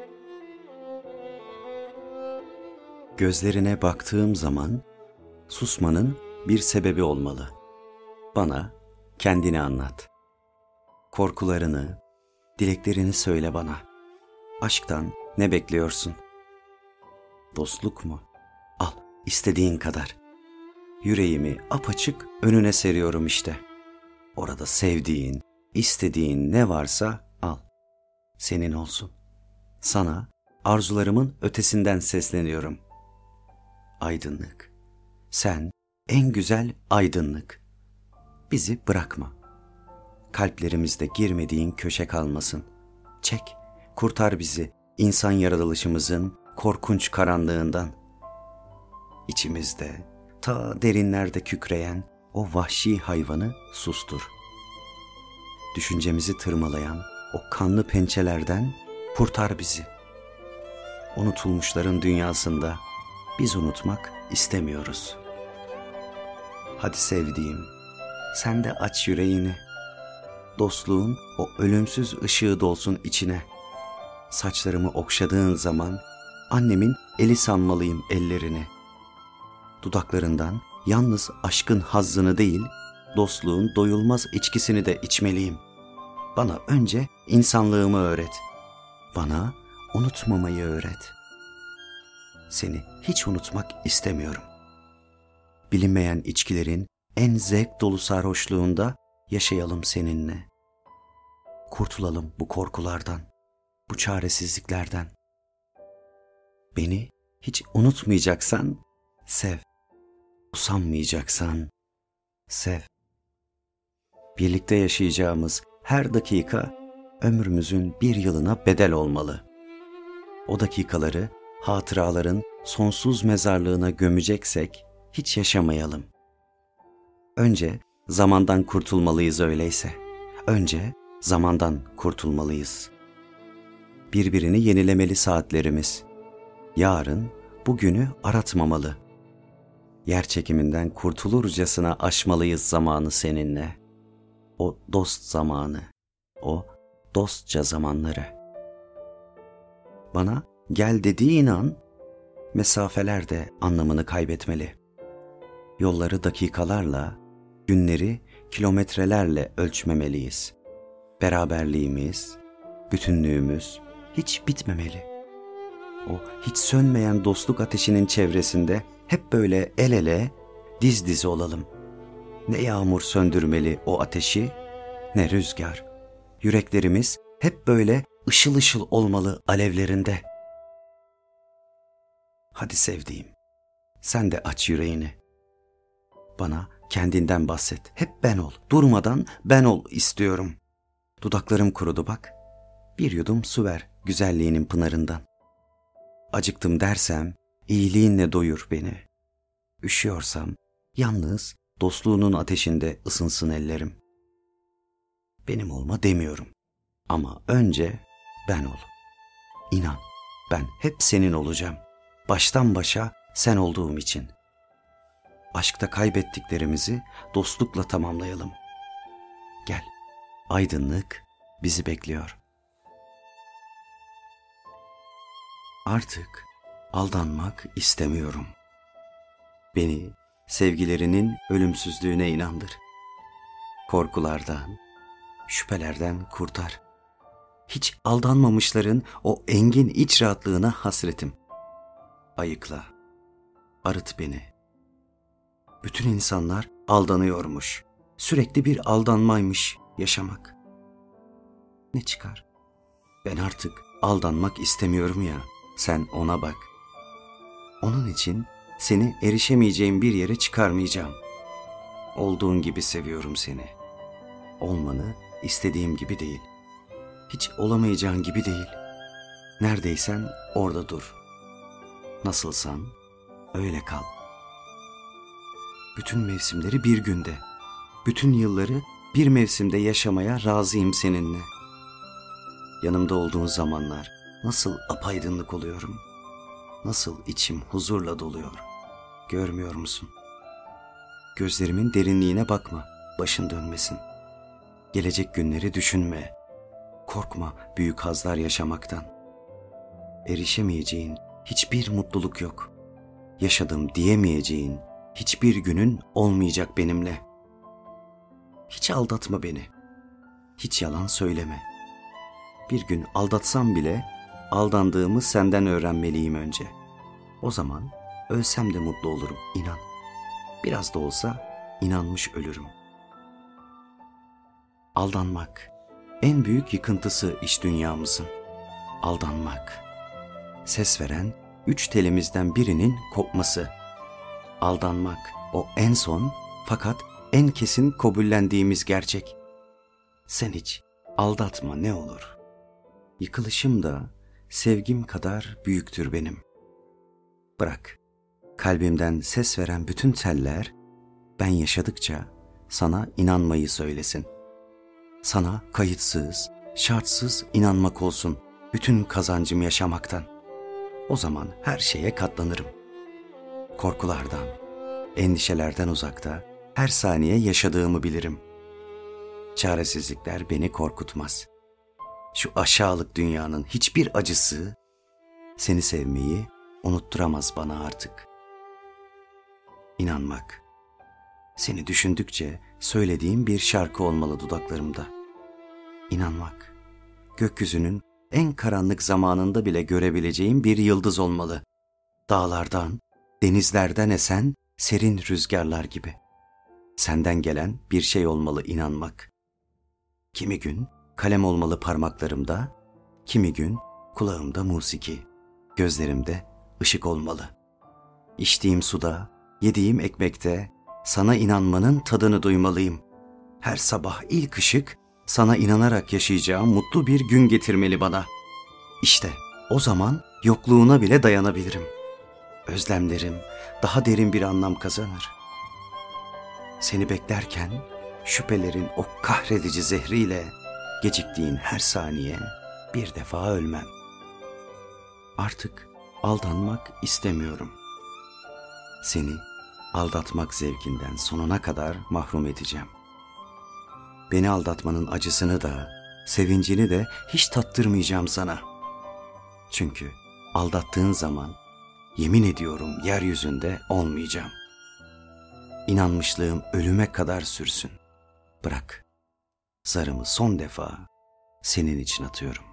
Gözlerine baktığım zaman susmanın bir sebebi olmalı. Bana kendini anlat. Korkularını, dileklerini söyle bana. Aşktan ne bekliyorsun? Dostluk mu? Al, istediğin kadar. Yüreğimi apaçık önüne seriyorum işte. Orada sevdiğin, istediğin ne varsa al. Senin olsun. Sana arzularımın ötesinden sesleniyorum. Aydınlık. Sen en güzel aydınlık. Bizi bırakma. Kalplerimizde girmediğin köşe kalmasın. Çek, kurtar bizi insan yaratılışımızın korkunç karanlığından. İçimizde, ta derinlerde kükreyen o vahşi hayvanı sustur. Düşüncemizi tırmalayan o kanlı pençelerden kurtar bizi. Unutulmuşların dünyasında biz unutmak istemiyoruz. Hadi sevdiğim, sen de aç yüreğini. dostluğun o ölümsüz ışığı dolsun içine. Saçlarımı okşadığın zaman annemin eli sanmalıyım ellerini. Dudaklarından yalnız aşkın hazzını değil, dostluğun doyulmaz içkisini de içmeliyim. Bana önce insanlığımı öğret. Bana unutmamayı öğret. Seni hiç unutmak istemiyorum. Bilinmeyen içkilerin en zevk dolu sarhoşluğunda yaşayalım seninle. Kurtulalım bu korkulardan, bu çaresizliklerden. Beni hiç unutmayacaksan sev. Usanmayacaksan sev. Birlikte yaşayacağımız her dakika ömrümüzün bir yılına bedel olmalı. O dakikaları hatıraların sonsuz mezarlığına gömeceksek hiç yaşamayalım. Önce zamandan kurtulmalıyız öyleyse. Önce zamandan kurtulmalıyız. Birbirini yenilemeli saatlerimiz. Yarın bugünü aratmamalı. Yer çekiminden kurtulurcasına aşmalıyız zamanı seninle. O dost zamanı, o dostça zamanları. Bana gel dediğin an, mesafeler de anlamını kaybetmeli. Yolları dakikalarla, günleri kilometrelerle ölçmemeliyiz. Beraberliğimiz, bütünlüğümüz hiç bitmemeli. O hiç sönmeyen dostluk ateşinin çevresinde hep böyle el ele, diz dize olalım. Ne yağmur söndürmeli o ateşi, ne rüzgar. Yüreklerimiz hep böyle ışıl ışıl olmalı alevlerinde. Hadi sevdiğim, sen de aç yüreğini. Bana kendinden bahset, hep ben ol, durmadan ben ol istiyorum. Dudaklarım kurudu bak, bir yudum su ver güzelliğinin pınarından. Acıktım dersem, iyiliğinle doyur beni. Üşüyorsam, yalnız dostluğunun ateşinde ısınsın ellerim. Benim olma demiyorum. Ama önce ben ol. İnan, ben hep senin olacağım. Baştan başa sen olduğum için. Aşkta kaybettiklerimizi dostlukla tamamlayalım. Gel, aydınlık bizi bekliyor. Artık aldanmak istemiyorum. Beni sevgilerinin ölümsüzlüğüne inandır. Korkulardan, şüphelerden kurtar. Hiç aldanmamışların o engin iç rahatlığına hasretim. Ayıkla, arıt beni. Bütün insanlar aldanıyormuş. Sürekli bir aldanmaymış yaşamak. Ne çıkar? Ben artık aldanmak istemiyorum ya, sen ona bak. Onun için seni erişemeyeceğim bir yere çıkarmayacağım. Olduğun gibi seviyorum seni. Olmanı istediğim gibi değil. Hiç olamayacağın gibi değil. Neredeysen orada dur. Nasılsan öyle kal. Bütün mevsimleri bir günde, bütün yılları bir mevsimde yaşamaya razıyım seninle. Yanımda olduğun zamanlar nasıl apaydınlık oluyorum, nasıl içim huzurla doluyor, görmüyor musun? Gözlerimin derinliğine bakma, başın dönmesin. Gelecek günleri düşünme, korkma büyük hazlar yaşamaktan. Erişemeyeceğin hiçbir mutluluk yok. Yaşadım diyemeyeceğin hiçbir günün olmayacak benimle. Hiç aldatma beni, hiç yalan söyleme. Bir gün aldatsam bile aldandığımı senden öğrenmeliyim önce. O zaman ölsem de mutlu olurum, inan. Biraz da olsa inanmış ölürüm. Aldanmak en büyük yıkıntısı iş dünyamızın. Aldanmak. Ses veren üç telimizden birinin kopması. Aldanmak o en son fakat en kesin kabullendiğimiz gerçek. Sen hiç aldatma ne olur. Yıkılışım da sevgim kadar büyüktür benim. Bırak, kalbimden ses veren bütün teller ben yaşadıkça sana inanmayı söylesin. Sana kayıtsız, şartsız inanmak olsun bütün kazancım yaşamaktan. O zaman her şeye katlanırım. Korkulardan, endişelerden uzakta her saniye yaşadığımı bilirim. Çaresizlikler beni korkutmaz. Şu aşağılık dünyanın hiçbir acısı seni sevmeyi unutturamaz bana artık. İnanmak, seni düşündükçe söylediğim bir şarkı olmalı dudaklarımda. İnanmak, gökyüzünün en karanlık zamanında bile görebileceğim bir yıldız olmalı. Dağlardan, denizlerden esen serin rüzgarlar gibi. Senden gelen bir şey olmalı inanmak. Kimi gün kalem olmalı parmaklarımda, kimi gün kulağımda musiki, gözlerimde ışık olmalı. İçtiğim suda, yediğim ekmekte sana inanmanın tadını duymalıyım. Her sabah ilk ışık sana inanarak yaşayacağım mutlu bir gün getirmeli bana. İşte o zaman yokluğuna bile dayanabilirim. Özlemlerim daha derin bir anlam kazanır. Seni beklerken şüphelerin o kahredici zehriyle geciktiğin her saniye bir defa ölmem. Artık aldanmak istemiyorum. Seni aldatmak zevkinden sonuna kadar mahrum edeceğim. Beni aldatmanın acısını da, sevincini de hiç tattırmayacağım sana. Çünkü aldattığın zaman yemin ediyorum yeryüzünde olmayacağım. İnanmışlığım ölüme kadar sürsün. Bırak, zarımı son defa senin için atıyorum.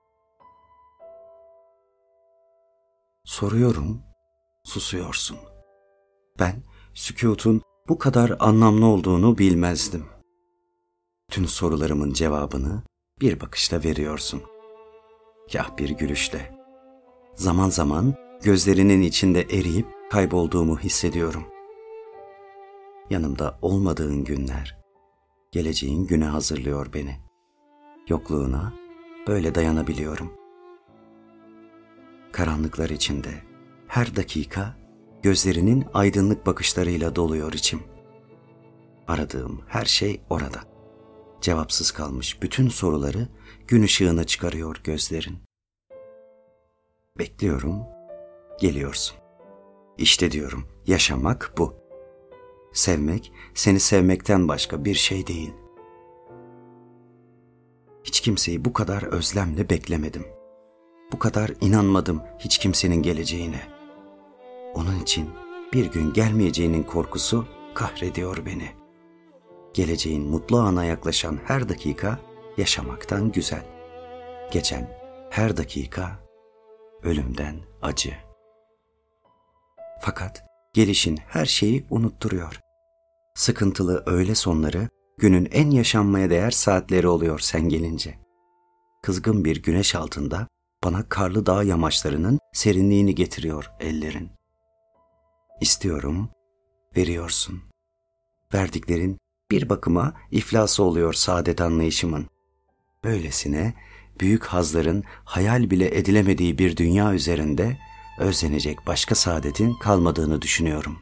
Soruyorum, susuyorsun. Ben sükûtun bu kadar anlamlı olduğunu bilmezdim. Tüm sorularımın cevabını bir bakışla veriyorsun. Kah bir gülüşle. Zaman zaman gözlerinin içinde eriyip kaybolduğumu hissediyorum. Yanımda olmadığın günler, geleceğin güne hazırlıyor beni. Yokluğuna böyle dayanabiliyorum. Karanlıklar içinde her dakika gözlerinin aydınlık bakışlarıyla doluyor içim. Aradığım her şey orada. Cevapsız kalmış bütün soruları gün ışığına çıkarıyor gözlerin. Bekliyorum, geliyorsun. İşte diyorum, yaşamak bu. Sevmek, seni sevmekten başka bir şey değil. Hiç kimseyi bu kadar özlemle beklemedim. Bu kadar inanmadım hiç kimsenin geleceğine. Onun için bir gün gelmeyeceğinin korkusu kahrediyor beni. Geleceğin mutlu ana yaklaşan her dakika yaşamaktan güzel. Geçen her dakika ölümden acı. Fakat gelişin her şeyi unutturuyor. Sıkıntılı öğle sonları günün en yaşanmaya değer saatleri oluyor sen gelince. Kızgın bir güneş altında bana karlı dağ yamaçlarının serinliğini getiriyor ellerin. İstiyorum, veriyorsun. Verdiklerin bir bakıma iflası oluyor saadet anlayışımın. Böylesine büyük hazların hayal bile edilemediği bir dünya üzerinde özlenecek başka saadetin kalmadığını düşünüyorum.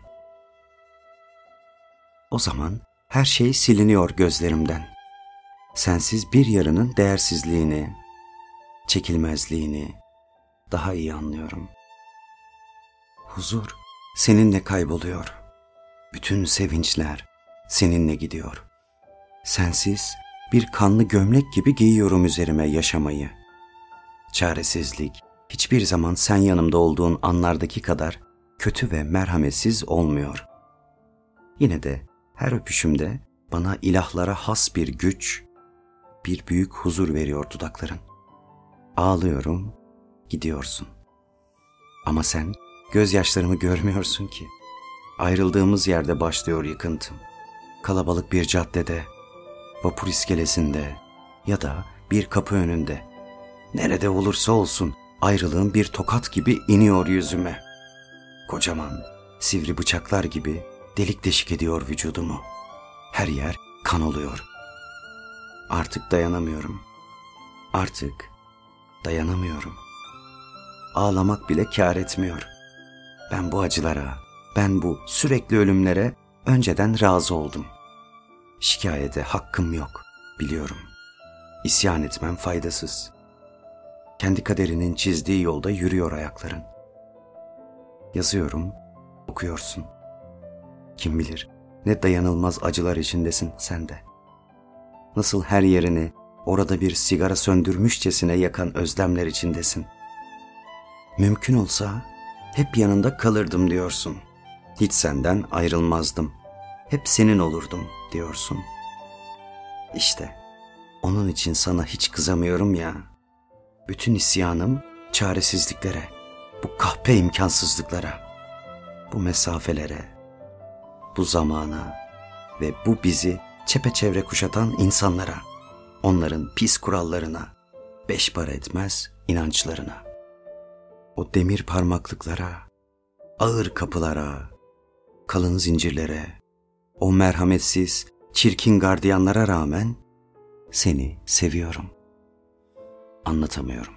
O zaman her şey siliniyor gözlerimden. Sensiz bir yarının değersizliğini, çekilmezliğini daha iyi anlıyorum. Huzur seninle kayboluyor. Bütün sevinçler seninle gidiyor. Sensiz bir kanlı gömlek gibi giyiyorum üzerime yaşamayı. Çaresizlik hiçbir zaman sen yanımda olduğun anlardaki kadar kötü ve merhametsiz olmuyor. Yine de her öpüşümde bana ilahlara has bir güç, bir büyük huzur veriyor dudakların. Ağlıyorum, gidiyorsun. Ama sen gözyaşlarımı görmüyorsun ki. Ayrıldığımız yerde başlıyor yıkıntım. Kalabalık bir caddede, vapur iskelesinde ya da bir kapı önünde. Nerede olursa olsun ayrılığın bir tokat gibi iniyor yüzüme. Kocaman, sivri bıçaklar gibi delik deşik ediyor vücudumu. Her yer kan oluyor. Artık dayanamıyorum. Artık dayanamıyorum. Ağlamak bile kâr etmiyor. Ben bu acılara, ben bu sürekli ölümlere önceden razı oldum. Şikayete hakkım yok, biliyorum. İsyan etmem faydasız. Kendi kaderinin çizdiği yolda yürüyor ayakların. Yazıyorum, okuyorsun. Kim bilir ne dayanılmaz acılar içindesin sen de. Nasıl her yerini orada bir sigara söndürmüşçesine yakan özlemler içindesin. Mümkün olsa hep yanında kalırdım diyorsun. Hiç senden ayrılmazdım. Hep senin olurdum diyorsun. İşte onun için sana hiç kızamıyorum ya. Bütün isyanım çaresizliklere, bu kahpe imkansızlıklara, bu mesafelere, bu zamana ve bu bizi çepeçevre kuşatan insanlara, onların pis kurallarına, beş para etmez inançlarına, o demir parmaklıklara, ağır kapılara, kalın zincirlere, o merhametsiz, çirkin gardiyanlara rağmen seni seviyorum. Anlatamıyorum.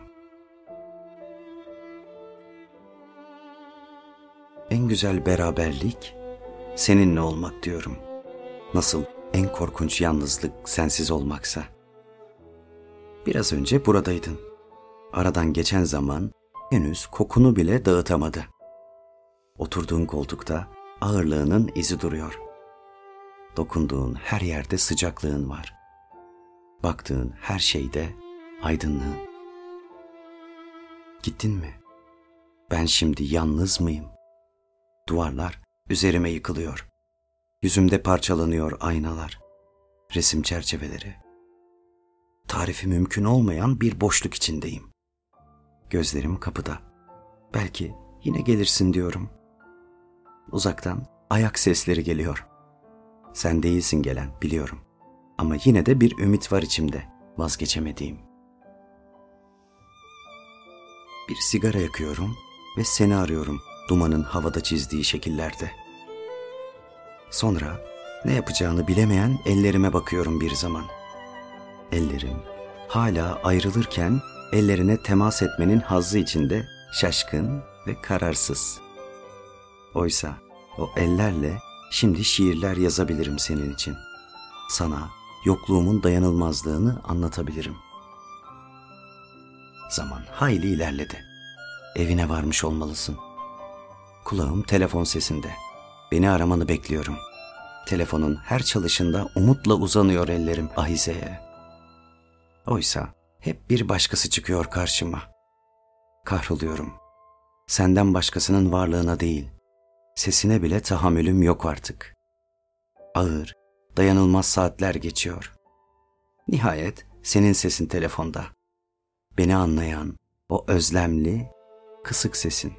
En güzel beraberlik seninle olmak diyorum. Nasıl en korkunç yalnızlık sensiz olmaksa. Biraz önce buradaydın. Aradan geçen zaman henüz kokunu bile dağıtamadı. Oturduğun koltukta ağırlığının izi duruyor. Dokunduğun her yerde sıcaklığın var. Baktığın her şeyde aydınlığın. Gittin mi? Ben şimdi yalnız mıyım? Duvarlar üzerime yıkılıyor. Yüzümde parçalanıyor aynalar, resim çerçeveleri. Tarifi mümkün olmayan bir boşluk içindeyim. Gözlerim kapıda. Belki yine gelirsin diyorum. Uzaktan ayak sesleri geliyor. Sen değilsin gelen, biliyorum. Ama yine de bir ümit var içimde, vazgeçemediğim. Bir sigara yakıyorum ve seni arıyorum dumanın havada çizdiği şekillerde. Sonra ne yapacağını bilemeyen ellerime bakıyorum bir zaman. Ellerim hala ayrılırken ellerine temas etmenin hazzı içinde şaşkın ve kararsız. Oysa o ellerle şimdi şiirler yazabilirim senin için. Sana yokluğumun dayanılmazlığını anlatabilirim. Zaman hayli ilerledi. Evine varmış olmalısın. Kulağım telefon sesinde. Beni aramanı bekliyorum. Telefonun her çalışında umutla uzanıyor ellerim ahizeye. Oysa hep bir başkası çıkıyor karşıma. Kahroluyorum. Senden başkasının varlığına değil, sesine bile tahammülüm yok artık. Ağır, dayanılmaz saatler geçiyor. Nihayet senin sesin telefonda. Beni anlayan o özlemli, kısık sesin.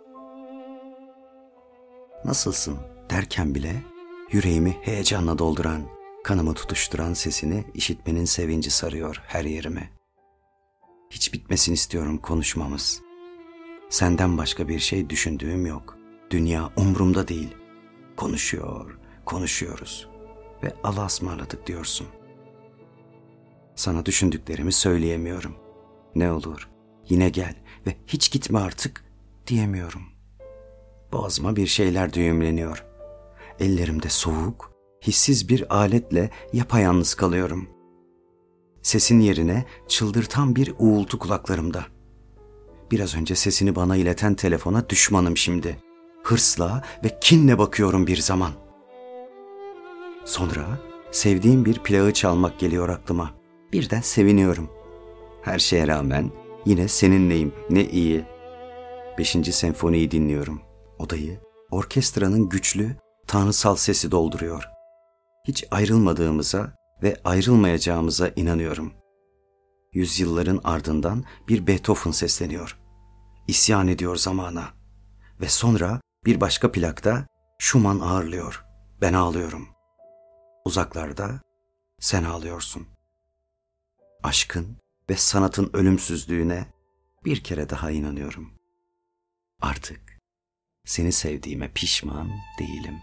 Nasılsın derken bile yüreğimi heyecanla dolduran, kanımı tutuşturan sesini işitmenin sevinci sarıyor her yerime. Hiç bitmesin istiyorum konuşmamız. Senden başka bir şey düşündüğüm yok. Dünya umrumda değil. Konuşuyor, konuşuyoruz ve Allah'a ısmarladık diyorsun. Sana düşündüklerimi söyleyemiyorum. Ne olur yine gel ve hiç gitme artık diyemiyorum. Boğazıma bir şeyler düğümleniyor. Ellerimde soğuk, hissiz bir aletle yapayalnız kalıyorum. Sesin yerine çıldırtan bir uğultu kulaklarımda. Biraz önce sesini bana ileten telefona düşmanım şimdi. Hırsla ve kinle bakıyorum bir zaman. Sonra sevdiğim bir plağı çalmak geliyor aklıma. Birden seviniyorum. Her şeye rağmen yine seninleyim, ne iyi. Beşinci senfoniyi dinliyorum. Odayı orkestranın güçlü, tanrısal sesi dolduruyor. Hiç ayrılmadığımıza ve ayrılmayacağımıza inanıyorum. Yüzyılların ardından bir Beethoven sesleniyor. İsyan ediyor zamana. Ve sonra bir başka plakta Schumann ağırlıyor. Ben ağlıyorum. Uzaklarda sen ağlıyorsun. Aşkın ve sanatın ölümsüzlüğüne bir kere daha inanıyorum. Artık seni sevdiğime pişman değilim.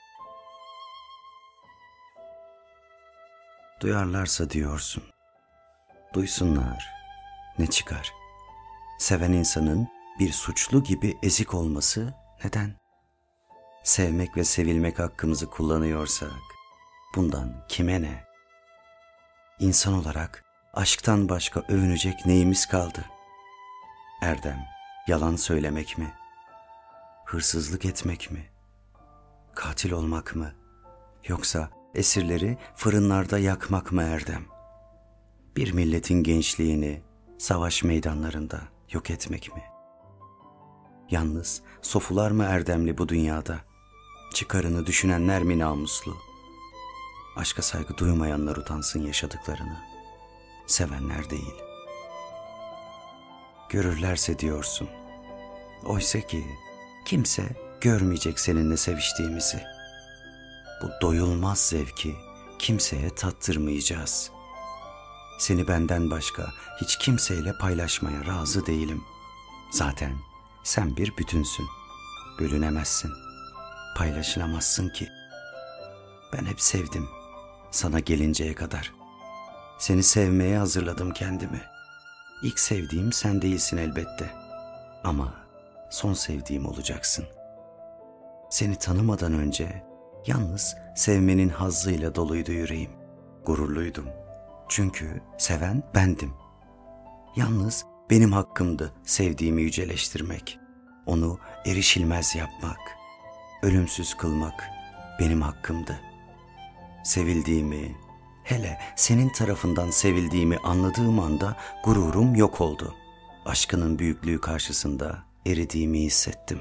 Duyarlarsa diyorsun. Duysunlar. Ne çıkar? Seven insanın bir suçlu gibi ezik olması neden? Sevmek ve sevilmek hakkımızı kullanıyorsak bundan kime ne? İnsan olarak aşktan başka övünecek neyimiz kaldı? Erdem, yalan söylemek mi? Hırsızlık etmek mi? Katil olmak mı? Yoksa esirleri fırınlarda yakmak mı erdem? Bir milletin gençliğini savaş meydanlarında yok etmek mi? Yalnız sofular mı erdemli bu dünyada? Çıkarını düşünenler mi namuslu? Aşka saygı duymayanlar utansın yaşadıklarını. Sevenler değil. Görürlerse diyorsun. Oysa ki kimse görmeyecek seninle seviştiğimizi. Bu doyulmaz zevki kimseye tattırmayacağız. Seni benden başka hiç kimseyle paylaşmaya razı değilim. Zaten sen bir bütünsün. Bölünemezsin. Paylaşılamazsın ki. Ben hep sevdim. Sana gelinceye kadar. Seni sevmeye hazırladım kendimi. İlk sevdiğim sen değilsin elbette. Ama son sevdiğim olacaksın. Seni tanımadan önce yalnız sevmenin hazzıyla doluydu yüreğim. Gururluydum. Çünkü seven bendim. Yalnız benim hakkımdı sevdiğimi yüceleştirmek. Onu erişilmez yapmak, ölümsüz kılmak benim hakkımdı. Sevildiğimi, hele senin tarafından sevildiğimi anladığım anda gururum yok oldu. Aşkının büyüklüğü karşısında eridiğimi hissettim.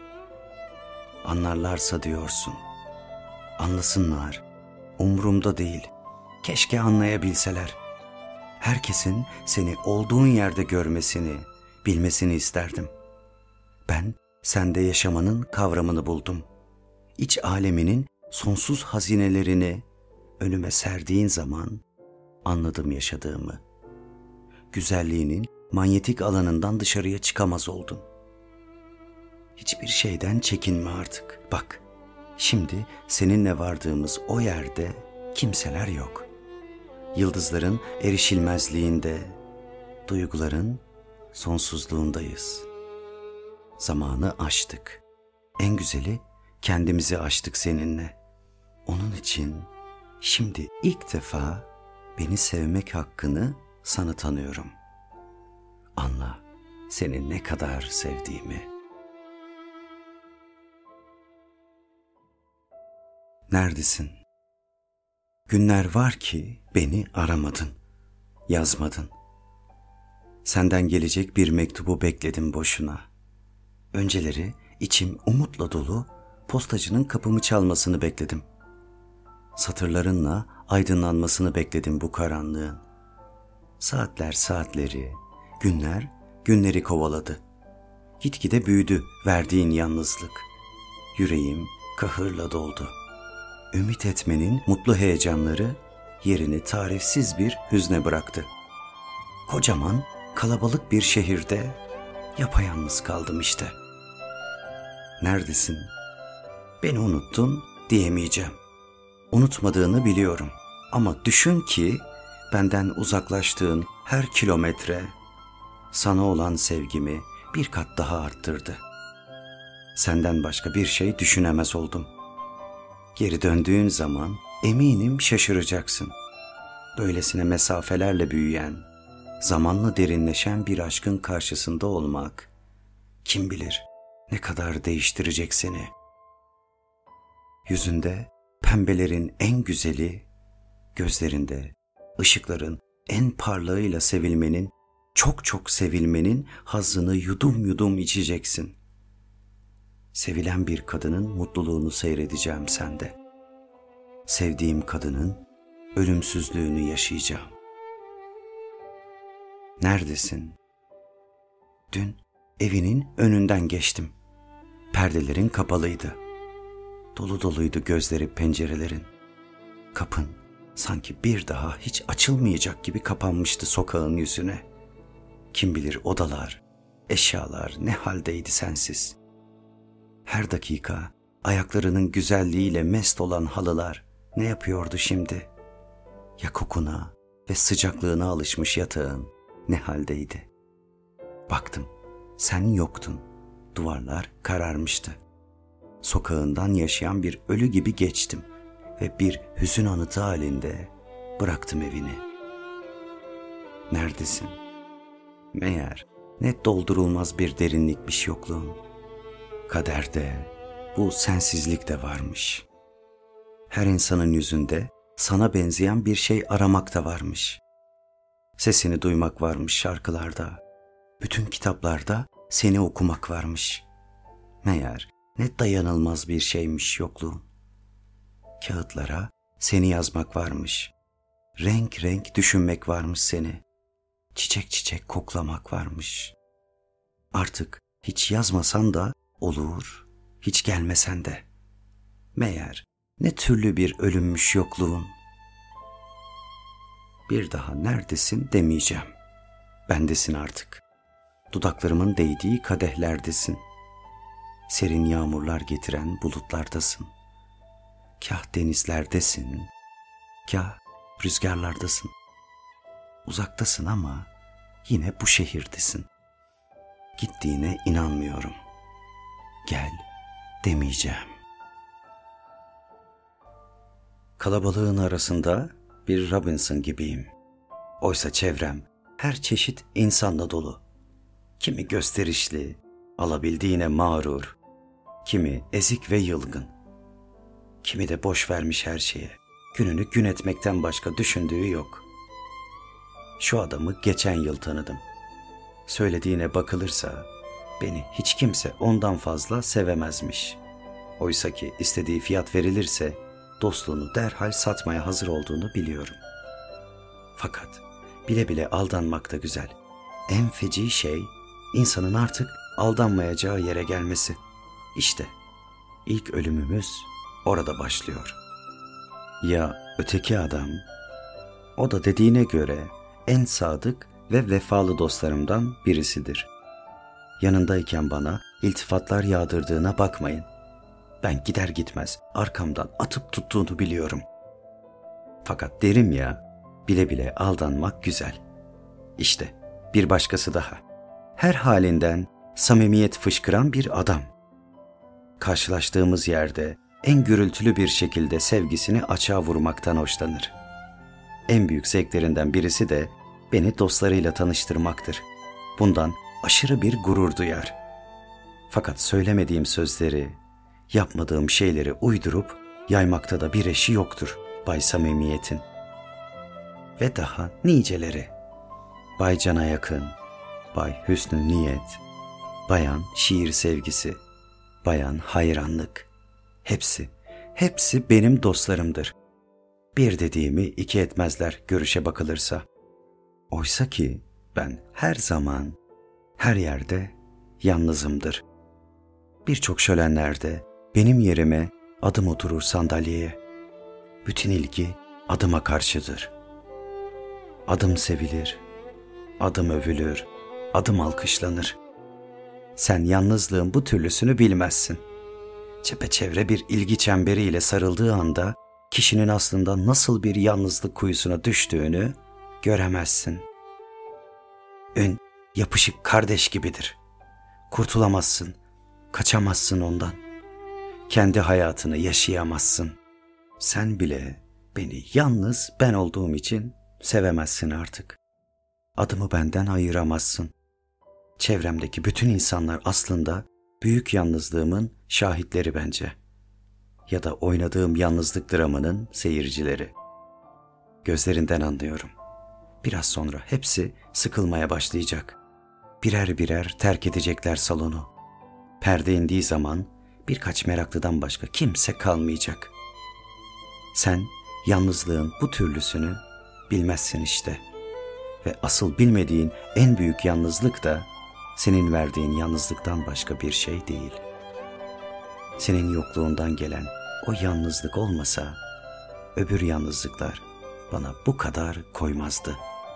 Anlarlarsa diyorsun. Anlasınlar. Umurumda değil. Keşke anlayabilseler. Herkesin seni olduğun yerde görmesini, bilmesini isterdim. Ben sende yaşamanın kavramını buldum. İç aleminin sonsuz hazinelerini önüme serdiğin zaman anladım yaşadığımı. Güzelliğinin manyetik alanından dışarıya çıkamaz oldum. Hiçbir şeyden çekinme artık. Bak, şimdi seninle vardığımız o yerde kimseler yok. Yıldızların erişilmezliğinde, duyguların sonsuzluğundayız. Zamanı aştık. En güzeli kendimizi aştık seninle. Onun için şimdi ilk defa beni sevmek hakkını sana tanıyorum. Anla seni ne kadar sevdiğimi. Neredesin? Günler var ki beni aramadın, yazmadın. Senden gelecek bir mektubu bekledim boşuna. Önceleri içim umutla dolu, postacının kapımı çalmasını bekledim. Satırlarınla aydınlanmasını bekledim bu karanlığın. Saatler saatleri, günler günleri kovaladı. Gitgide büyüdü verdiğin yalnızlık. Yüreğim kahırla doldu. Ümit etmenin mutlu heyecanları yerini tarifsiz bir hüzne bıraktı. Kocaman, kalabalık bir şehirde yapayalnız kaldım işte. Neredesin? Beni unuttun diyemeyeceğim. Unutmadığını biliyorum. Ama düşün ki benden uzaklaştığın her kilometre sana olan sevgimi bir kat daha arttırdı. Senden başka bir şey düşünemez oldum. Geri döndüğün zaman eminim şaşıracaksın. Böylesine mesafelerle büyüyen, zamanla derinleşen bir aşkın karşısında olmak, kim bilir ne kadar değiştirecek seni. Yüzünde pembelerin en güzeli, gözlerinde ışıkların en parlağıyla sevilmenin, çok çok sevilmenin hazzını yudum yudum içeceksin. Sevilen bir kadının mutluluğunu seyredeceğim sende. Sevdiğim kadının ölümsüzlüğünü yaşayacağım. Neredesin? Dün evinin önünden geçtim. Perdelerin kapalıydı. Dolu doluydu gözleri pencerelerin. Kapın sanki bir daha hiç açılmayacak gibi kapanmıştı sokağın yüzüne. Kim bilir odalar, eşyalar ne haldeydi sensiz. Her dakika ayaklarının güzelliğiyle mest olan halılar ne yapıyordu şimdi? Ya kokuna ve sıcaklığına alışmış yatağın ne haldeydi? Baktım, sen yoktun. Duvarlar kararmıştı. Sokağından yaşayan bir ölü gibi geçtim ve bir hüzün anıtı halinde bıraktım evini. Neredesin? Meğer ne doldurulmaz bir derinlikmiş yokluğun. Kaderde bu sensizlik de varmış. Her insanın yüzünde sana benzeyen bir şey aramak da varmış. Sesini duymak varmış şarkılarda. Bütün kitaplarda seni okumak varmış. Meğer ne dayanılmaz bir şeymiş yokluğun. Kağıtlara seni yazmak varmış. Renk renk düşünmek varmış seni. Çiçek çiçek koklamak varmış. Artık hiç yazmasan da olur, hiç gelmesen de. Meğer ne türlü bir ölümmüş yokluğun. Bir daha neredesin demeyeceğim. Bendesin artık. Dudaklarımın değdiği kadehlerdesin. Serin yağmurlar getiren bulutlardasın. Kah denizlerdesin, kah rüzgarlardasın. Uzaktasın ama yine bu şehirdesin. Gittiğine inanmıyorum. Gel demeyeceğim. Kalabalığın arasında bir Robinson gibiyim. Oysa çevrem her çeşit insanla dolu. Kimi gösterişli, alabildiğine mağrur, kimi ezik ve yılgın. Kimi de boş vermiş her şeye, gününü gün etmekten başka düşündüğü yok. Şu adamı geçen yıl tanıdım. Söylediğine bakılırsa beni hiç kimse ondan fazla sevemezmiş. Oysa ki istediği fiyat verilirse dostluğunu derhal satmaya hazır olduğunu biliyorum. Fakat bile bile aldanmak da güzel. En feci şey insanın artık aldanmayacağı yere gelmesi. İşte ilk ölümümüz orada başlıyor. Ya öteki adam? O da dediğine göre en sadık ve vefalı dostlarımdan birisidir. Yanındayken bana iltifatlar yağdırdığına bakmayın. Ben gider gitmez arkamdan atıp tuttuğunu biliyorum. Fakat derim ya, bile bile aldanmak güzel. İşte bir başkası daha. Her halinden samimiyet fışkıran bir adam. Karşılaştığımız yerde en gürültülü bir şekilde sevgisini açığa vurmaktan hoşlanır. En büyük zevklerinden birisi de beni dostlarıyla tanıştırmaktır. Bundan aşırı bir gurur duyar. Fakat söylemediğim sözleri, yapmadığım şeyleri uydurup yaymakta da bir eşi yoktur Bay Samimiyet'in. Ve daha niceleri. Bay Can'a yakın, Bay Hüsnü Niyet, Bayan Şiir Sevgisi, Bayan Hayranlık. Hepsi, hepsi benim dostlarımdır. Bir dediğimi iki etmezler görüşe bakılırsa. Oysa ki ben her zaman, her yerde yalnızımdır. Birçok şölenlerde benim yerime adım oturur sandalyeye. Bütün ilgi adıma karşıdır. Adım sevilir, adım övülür, adım alkışlanır. Sen yalnızlığın bu türlüsünü bilmezsin. Çepeçevre bir ilgi çemberiyle sarıldığı anda kişinin aslında nasıl bir yalnızlık kuyusuna düştüğünü göremezsin. Ün yapışık kardeş gibidir. Kurtulamazsın, kaçamazsın ondan. Kendi hayatını yaşayamazsın. Sen bile beni yalnız ben olduğum için sevemezsin artık. Adımı benden ayıramazsın. Çevremdeki bütün insanlar aslında büyük yalnızlığımın şahitleri bence. Ya da oynadığım yalnızlık dramının seyircileri. Gözlerinden anlıyorum. Biraz sonra hepsi sıkılmaya başlayacak. Birer birer terk edecekler salonu. Perde indiği zaman birkaç meraklıdan başka kimse kalmayacak. Sen yalnızlığın bu türlüsünü bilmezsin işte. Ve asıl bilmediğin en büyük yalnızlık da senin verdiğin yalnızlıktan başka bir şey değil. Senin yokluğundan gelen o yalnızlık olmasa öbür yalnızlıklar bana bu kadar koymazdı.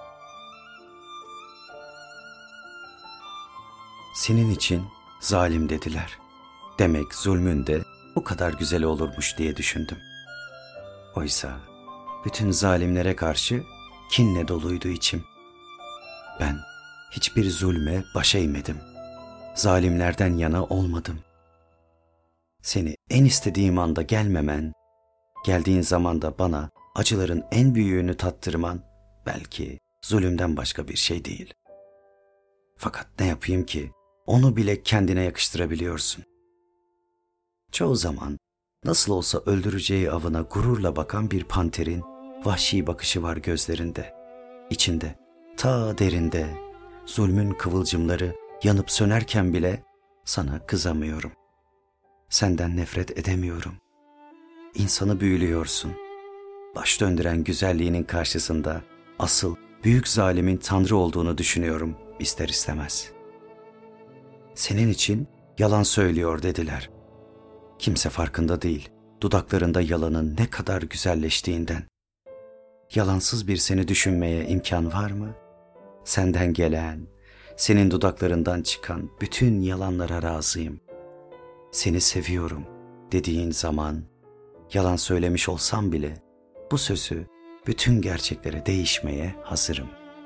Senin için zalim dediler. Demek zulmün de bu kadar güzel olurmuş diye düşündüm. Oysa bütün zalimlere karşı kinle doluydu içim. Ben hiçbir zulme baş eğmedim. Zalimlerden yana olmadım. Seni en istediğim anda gelmemen, geldiğin zaman da bana acıların en büyüğünü tattırman belki zulümden başka bir şey değil. Fakat ne yapayım ki onu bile kendine yakıştırabiliyorsun. Çoğu zaman Nasıl olsa öldüreceği avına gururla bakan bir panterin vahşi bakışı var gözlerinde. İçinde, ta derinde, zulmün kıvılcımları yanıp sönerken bile sana kızamıyorum. Senden nefret edemiyorum. İnsanı büyülüyorsun. Baş döndüren güzelliğinin karşısında asıl büyük zalimin Tanrı olduğunu düşünüyorum ister istemez. Senin için yalan söylüyor dediler. Kimse farkında değil, dudaklarında yalanın ne kadar güzelleştiğinden. Yalansız bir seni düşünmeye imkan var mı? Senden gelen, senin dudaklarından çıkan bütün yalanlara razıyım. Seni seviyorum dediğin zaman, yalan söylemiş olsam bile bu sözü bütün gerçeklere değişmeye hazırım.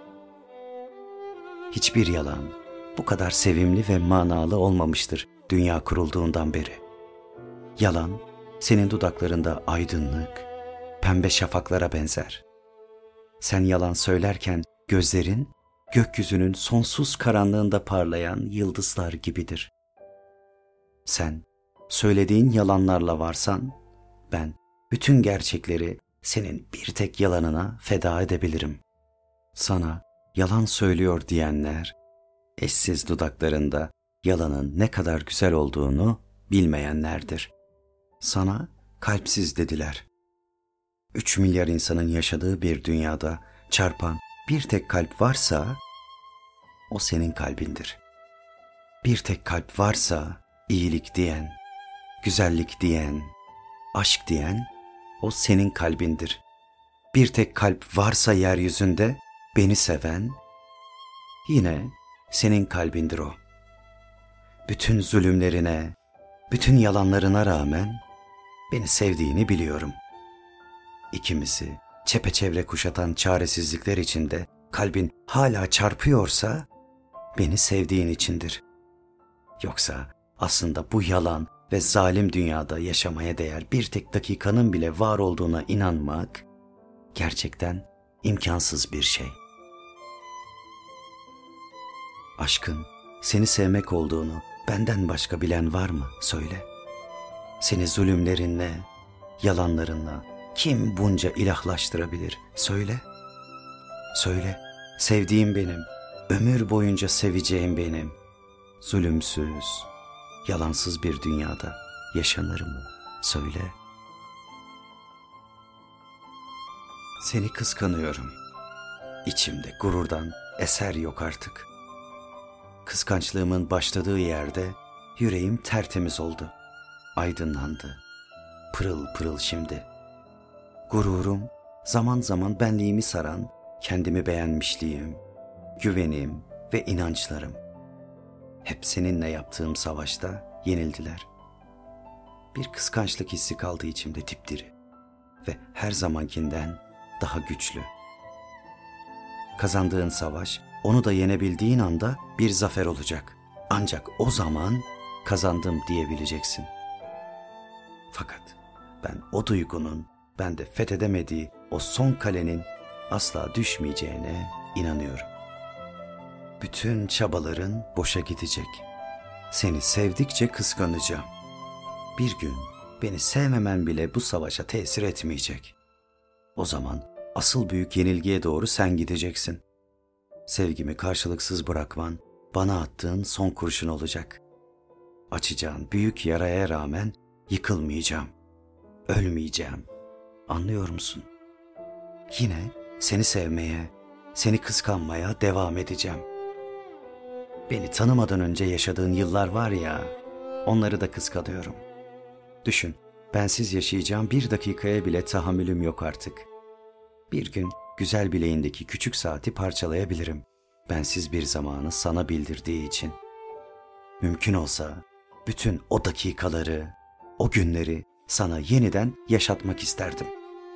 Hiçbir yalan bu kadar sevimli ve manalı olmamıştır dünya kurulduğundan beri. Yalan, senin dudaklarında aydınlık, pembe şafaklara benzer. Sen yalan söylerken gözlerin, gökyüzünün sonsuz karanlığında parlayan yıldızlar gibidir. Sen, söylediğin yalanlarla varsan, ben bütün gerçekleri senin bir tek yalanına feda edebilirim. Sana yalan söylüyor diyenler, eşsiz dudaklarında yalanın ne kadar güzel olduğunu bilmeyenlerdir. Sana kalpsiz dediler. Üç milyar insanın yaşadığı bir dünyada çarpan bir tek kalp varsa, o senin kalbindir. Bir tek kalp varsa, iyilik diyen, güzellik diyen, aşk diyen, o senin kalbindir. Bir tek kalp varsa yeryüzünde, beni seven, yine senin kalbindir o. Bütün zulümlerine, bütün yalanlarına rağmen beni sevdiğini biliyorum. İkimizi çepeçevre kuşatan çaresizlikler içinde kalbin hala çarpıyorsa beni sevdiğin içindir. Yoksa aslında bu yalan ve zalim dünyada yaşamaya değer bir tek dakikanın bile var olduğuna inanmak gerçekten imkansız bir şey. Aşkın seni sevmek olduğunu benden başka bilen var mı? Söyle. Seni zulümlerinle, yalanlarınla kim bunca ilahlaştırabilir? Söyle. Söyle. Sevdiğim benim, ömür boyunca seveceğim benim. Zulümsüz, yalansız bir dünyada yaşanır mı? Söyle. Seni kıskanıyorum. İçimde gururdan eser yok artık. Kıskançlığımın başladığı yerde yüreğim tertemiz oldu. Aydınlandı. Pırıl pırıl şimdi. Gururum, zaman zaman benliğimi saran kendimi beğenmişliğim, güvenim ve inançlarım. Hep seninle yaptığım savaşta yenildiler. Bir kıskançlık hissi kaldı içimde dipdiri ve her zamankinden daha güçlü. Kazandığın savaş, onu da yenebildiğin anda bir zafer olacak. Ancak o zaman kazandım diyebileceksin. Fakat ben o duygunun bende fethedemediği o son kalenin asla düşmeyeceğine inanıyorum. Bütün çabaların boşa gidecek. Seni sevdikçe kıskanacağım. Bir gün beni sevmemen bile bu savaşa tesir etmeyecek. O zaman asıl büyük yenilgiye doğru sen gideceksin. Sevgimi karşılıksız bırakman bana attığın son kurşun olacak. Açacağın büyük yaraya rağmen yıkılmayacağım. Ölmeyeceğim. Anlıyor musun? Yine seni sevmeye, seni kıskanmaya devam edeceğim. Beni tanımadan önce yaşadığın yıllar var ya, onları da kıskanıyorum. Düşün, bensiz yaşayacağım bir dakikaya bile tahammülüm yok artık. Bir gün güzel bileğindeki küçük saati parçalayabilirim. Bensiz bir zamanı sana bildirdiği için. Mümkün olsa bütün o dakikaları, o günleri sana yeniden yaşatmak isterdim.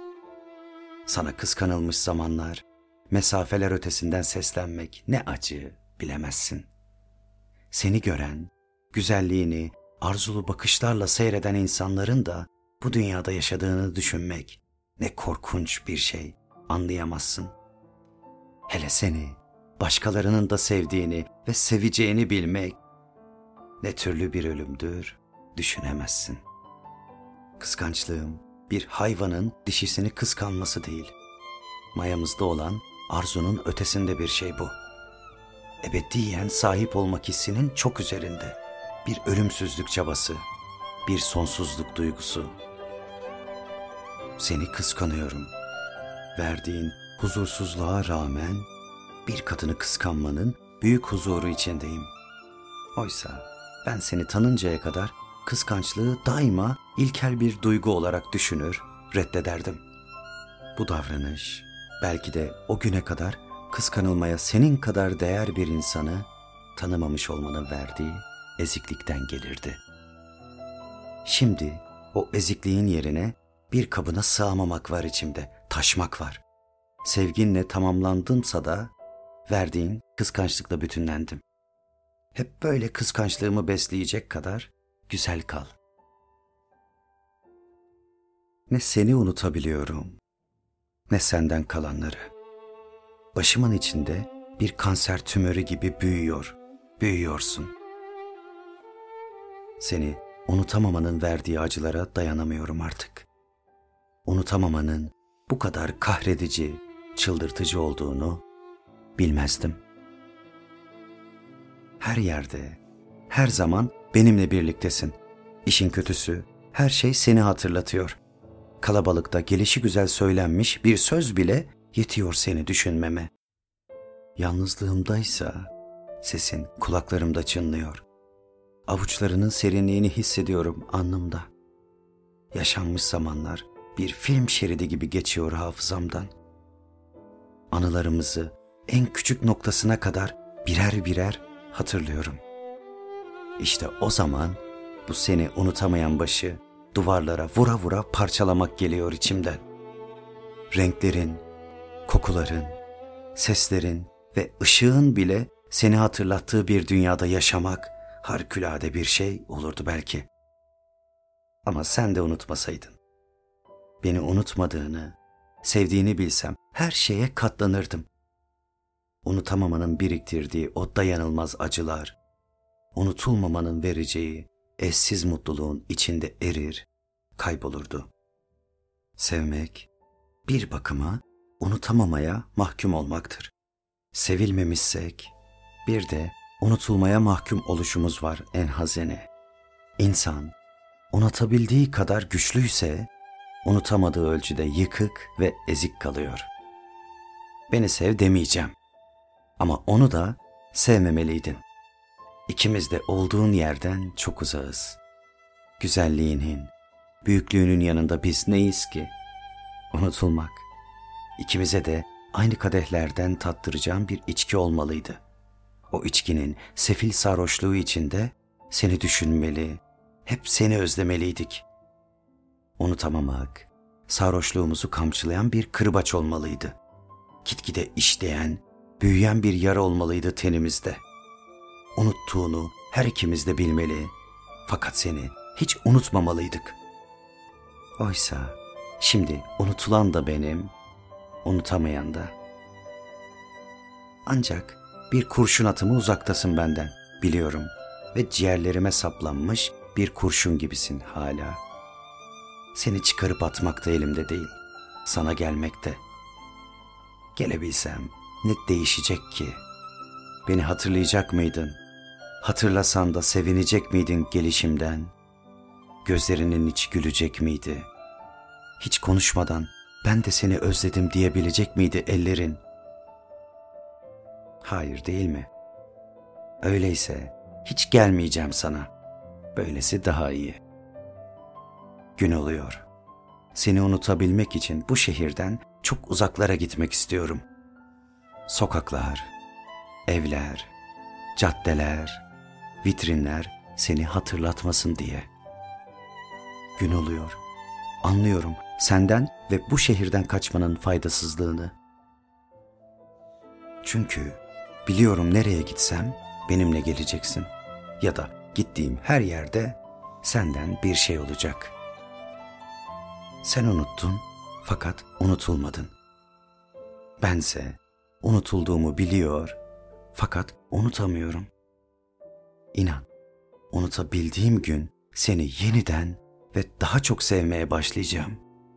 Sana kıskanılmış zamanlar, mesafeler ötesinden seslenmek ne acı bilemezsin. Seni gören, güzelliğini arzulu bakışlarla seyreden insanların da bu dünyada yaşadığını düşünmek ne korkunç bir şey, anlayamazsın. Hele seni, başkalarının da sevdiğini ve seveceğini bilmek ne türlü bir ölümdür düşünemezsin. Kıskançlığım bir hayvanın dişisini kıskanması değil. Mayamızda olan arzunun ötesinde bir şey bu. Ebediyen sahip olmak hissinin çok üzerinde. Bir ölümsüzlük çabası, bir sonsuzluk duygusu. Seni kıskanıyorum. Verdiğin huzursuzluğa rağmen bir kadını kıskanmanın büyük huzuru içindeyim. Oysa ben seni tanıncaya kadar kıskançlığı daima ilkel bir duygu olarak düşünür, reddederdim. Bu davranış belki de o güne kadar kıskanılmaya senin kadar değer bir insanı tanımamış olmanın verdiği eziklikten gelirdi. Şimdi o ezikliğin yerine bir kabına sığamamak var içimde, taşmak var. Sevginle tamamlandımsa da verdiğin kıskançlıkla bütünlendim. Hep böyle kıskançlığımı besleyecek kadar güzel kal. Ne seni unutabiliyorum, ne senden kalanları. Başımın içinde bir kanser tümörü gibi büyüyor, büyüyorsun. Seni unutamamanın verdiği acılara dayanamıyorum artık. Unutamamanın bu kadar kahredici, çıldırtıcı olduğunu bilmezdim. Her yerde, her zaman benimle birliktesin. İşin kötüsü, her şey seni hatırlatıyor. Kalabalıkta gelişigüzel söylenmiş bir söz bile yetiyor seni düşünmeme. Yalnızlığımdaysa sesin kulaklarımda çınlıyor. Avuçlarının serinliğini hissediyorum alnımda. Yaşanmış zamanlar bir film şeridi gibi geçiyor hafızamdan. Anılarımızı en küçük noktasına kadar birer birer hatırlıyorum. İşte o zaman bu seni unutamayan başı duvarlara vura vura parçalamak geliyor içimden. Renklerin, kokuların, seslerin ve ışığın bile seni hatırlattığı bir dünyada yaşamak harikulade bir şey olurdu belki. Ama sen de unutmasaydın. Beni unutmadığını, sevdiğini bilsem her şeye katlanırdım. Unutamamanın biriktirdiği o dayanılmaz acılar, unutulmamanın vereceği eşsiz mutluluğun içinde erir, kaybolurdu. Sevmek, bir bakıma unutamamaya mahkum olmaktır. Sevilmemişsek, bir de unutulmaya mahkum oluşumuz var en hazine. İnsan, unutabildiği kadar güçlüyse, unutamadığı ölçüde yıkık ve ezik kalıyor. Beni sev demeyeceğim. Ama onu da sevmemeliydin. İkimiz de olduğun yerden çok uzağız. Güzelliğinin, büyüklüğünün yanında biz neyiz ki? Unutulmak. İkimize de aynı kadehlerden tattıracağım bir içki olmalıydı. O içkinin sefil sarhoşluğu içinde seni düşünmeli, hep seni özlemeliydik. Unutamamak, sarhoşluğumuzu kamçılayan bir kırbaç olmalıydı. Gitgide işleyen, büyüyen bir yara olmalıydı tenimizde. Unuttuğunu her ikimiz de bilmeli, fakat seni hiç unutmamalıydık. Oysa şimdi unutulan da benim, unutamayan da. Ancak bir kurşun atımı uzaktasın benden, biliyorum, ve ciğerlerime saplanmış bir kurşun gibisin hala. Seni çıkarıp atmak da elimde değil, sana gelmekte. Gelebilsem ne değişecek ki? Beni hatırlayacak mıydın? Hatırlasan da sevinecek miydin gelişimden? Gözlerinin içi gülecek miydi? Hiç konuşmadan ben de seni özledim diyebilecek miydi ellerin? Hayır, değil mi? Öyleyse hiç gelmeyeceğim sana. Böylesi daha iyi. Gün oluyor. Seni unutabilmek için bu şehirden çok uzaklara gitmek istiyorum. Sokaklar, evler, caddeler, vitrinler seni hatırlatmasın diye. Gün oluyor. Anlıyorum senden ve bu şehirden kaçmanın faydasızlığını. Çünkü biliyorum nereye gitsem benimle geleceksin. Ya da gittiğim her yerde senden bir şey olacak. Sen unuttun fakat unutulmadın. Bense unutulduğumu biliyor fakat unutamıyorum. İnan, unutabildiğim gün seni yeniden ve daha çok sevmeye başlayacağım.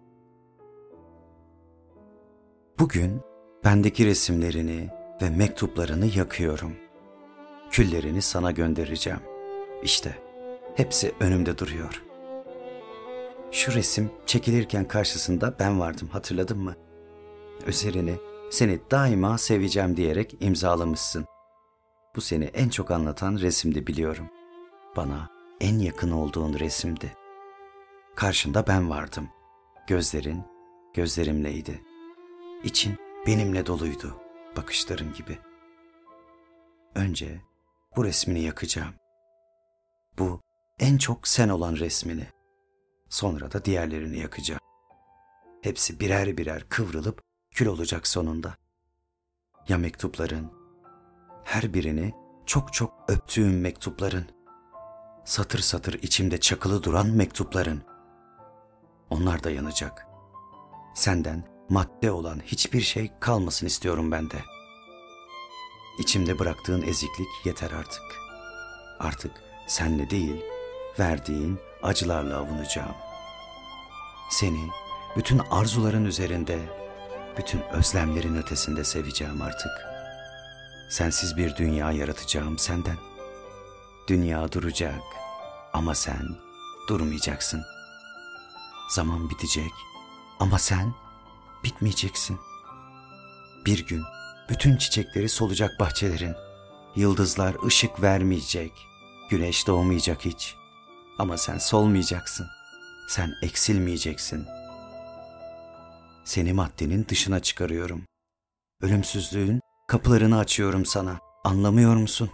Bugün bendeki resimlerini ve mektuplarını yakıyorum. Küllerini sana göndereceğim. İşte hepsi önümde duruyor. Şu resim çekilirken karşısında ben vardım, hatırladın mı? Üzerini seni daima seveceğim diyerek imzalamışsın. Bu seni en çok anlatan resimdi biliyorum. Bana en yakın olduğun resimdi. Karşında ben vardım. Gözlerin gözlerimleydi. İçin benimle doluydu, bakışların gibi. Önce bu resmini yakacağım. Bu en çok sen olan resmini. Sonra da diğerlerini yakacağım. Hepsi birer birer kıvrılıp kül olacak sonunda. Ya mektupların, her birini çok çok öptüğüm mektupların, satır satır içimde çakılı duran mektupların. Onlar da yanacak. Senden madde olan hiçbir şey kalmasın istiyorum ben de. İçimde bıraktığın eziklik yeter artık. Artık senle değil, verdiğin acılarla avunacağım. Seni bütün arzuların üzerinde, bütün özlemlerin ötesinde seveceğim artık. Sensiz bir dünya yaratacağım senden. Dünya duracak ama sen durmayacaksın. Zaman bitecek ama sen bitmeyeceksin. Bir gün bütün çiçekleri solacak bahçelerin, yıldızlar ışık vermeyecek, güneş doğmayacak hiç. Ama sen solmayacaksın, sen eksilmeyeceksin. Seni maddenin dışına çıkarıyorum. Ölümsüzlüğün kapılarını açıyorum sana, anlamıyor musun?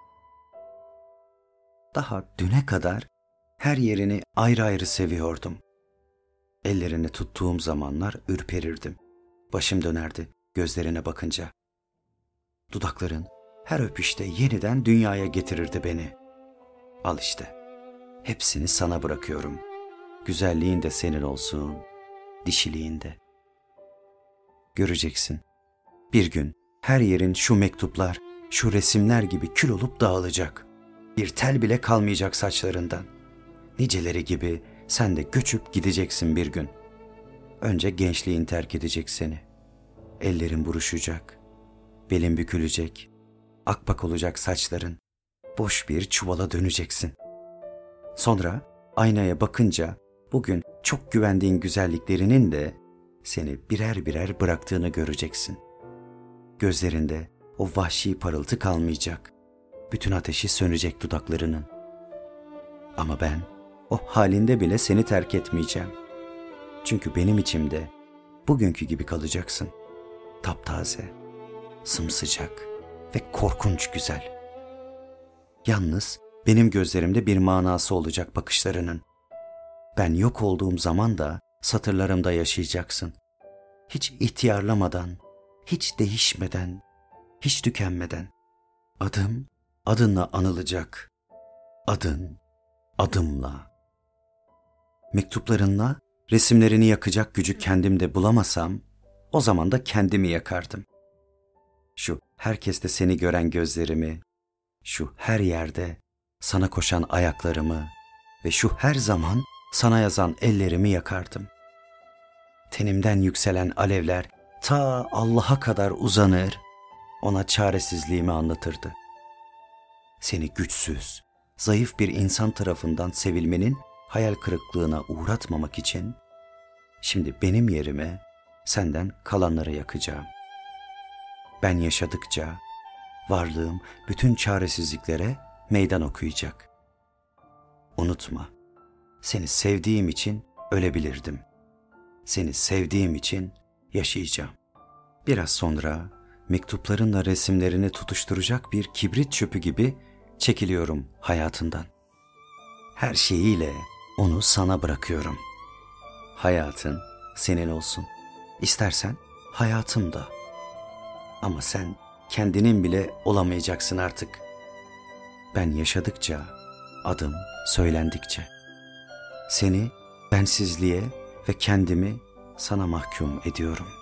Daha düne kadar her yerini ayrı ayrı seviyordum. Ellerini tuttuğum zamanlar ürperirdim. Başım dönerdi gözlerine bakınca. Dudakların her öpüşte yeniden dünyaya getirirdi beni. Al işte, hepsini sana bırakıyorum. Güzelliğin de senin olsun, dişiliğin de. Göreceksin, bir gün her yerin şu mektuplar, şu resimler gibi kül olup dağılacak. Bir tel bile kalmayacak saçlarından. Niceleri gibi sen de göçüp gideceksin bir gün. Önce gençliğin terk edecek seni. Ellerin buruşacak, belin bükülecek, akbak olacak saçların. Boş bir çuvala döneceksin. Sonra aynaya bakınca bugün çok güvendiğin güzelliklerinin de seni birer birer bıraktığını göreceksin. Gözlerinde o vahşi parıltı kalmayacak. Bütün ateşi sönecek dudaklarının. Ama ben o halinde bile seni terk etmeyeceğim. Çünkü benim içimde bugünkü gibi kalacaksın. Taptaze, sımsıcak ve korkunç güzel. Yalnız benim gözlerimde bir manası olacak bakışlarının. Ben yok olduğum zaman da satırlarımda yaşayacaksın. Hiç ihtiyarlamadan, hiç değişmeden, hiç tükenmeden. Adım adınla anılacak. Adın adımla. Mektuplarınla resimlerini yakacak gücü kendimde bulamasam, o zaman da kendimi yakardım. Şu herkeste seni gören gözlerimi, şu her yerde sana koşan ayaklarımı ve şu her zaman sana yazan ellerimi yakardım. Tenimden yükselen alevler ta Allah'a kadar uzanır, ona çaresizliğimi anlatırdı. Seni güçsüz, zayıf bir insan tarafından sevilmenin hayal kırıklığına uğratmamak için şimdi benim yerime senden kalanları yakacağım. Ben yaşadıkça varlığım bütün çaresizliklere meydan okuyacak. Unutma, seni sevdiğim için ölebilirdim. Seni sevdiğim için yaşayacağım. Biraz sonra mektuplarınla resimlerini tutuşturacak bir kibrit çöpü gibi çekiliyorum hayatından. Her şeyiyle onu sana bırakıyorum. Hayatın senin olsun. İstersen hayatım da. Ama sen kendinin bile olamayacaksın artık. Ben yaşadıkça, adım söylendikçe. Seni bensizliğe ve kendimi sana mahkum ediyorum.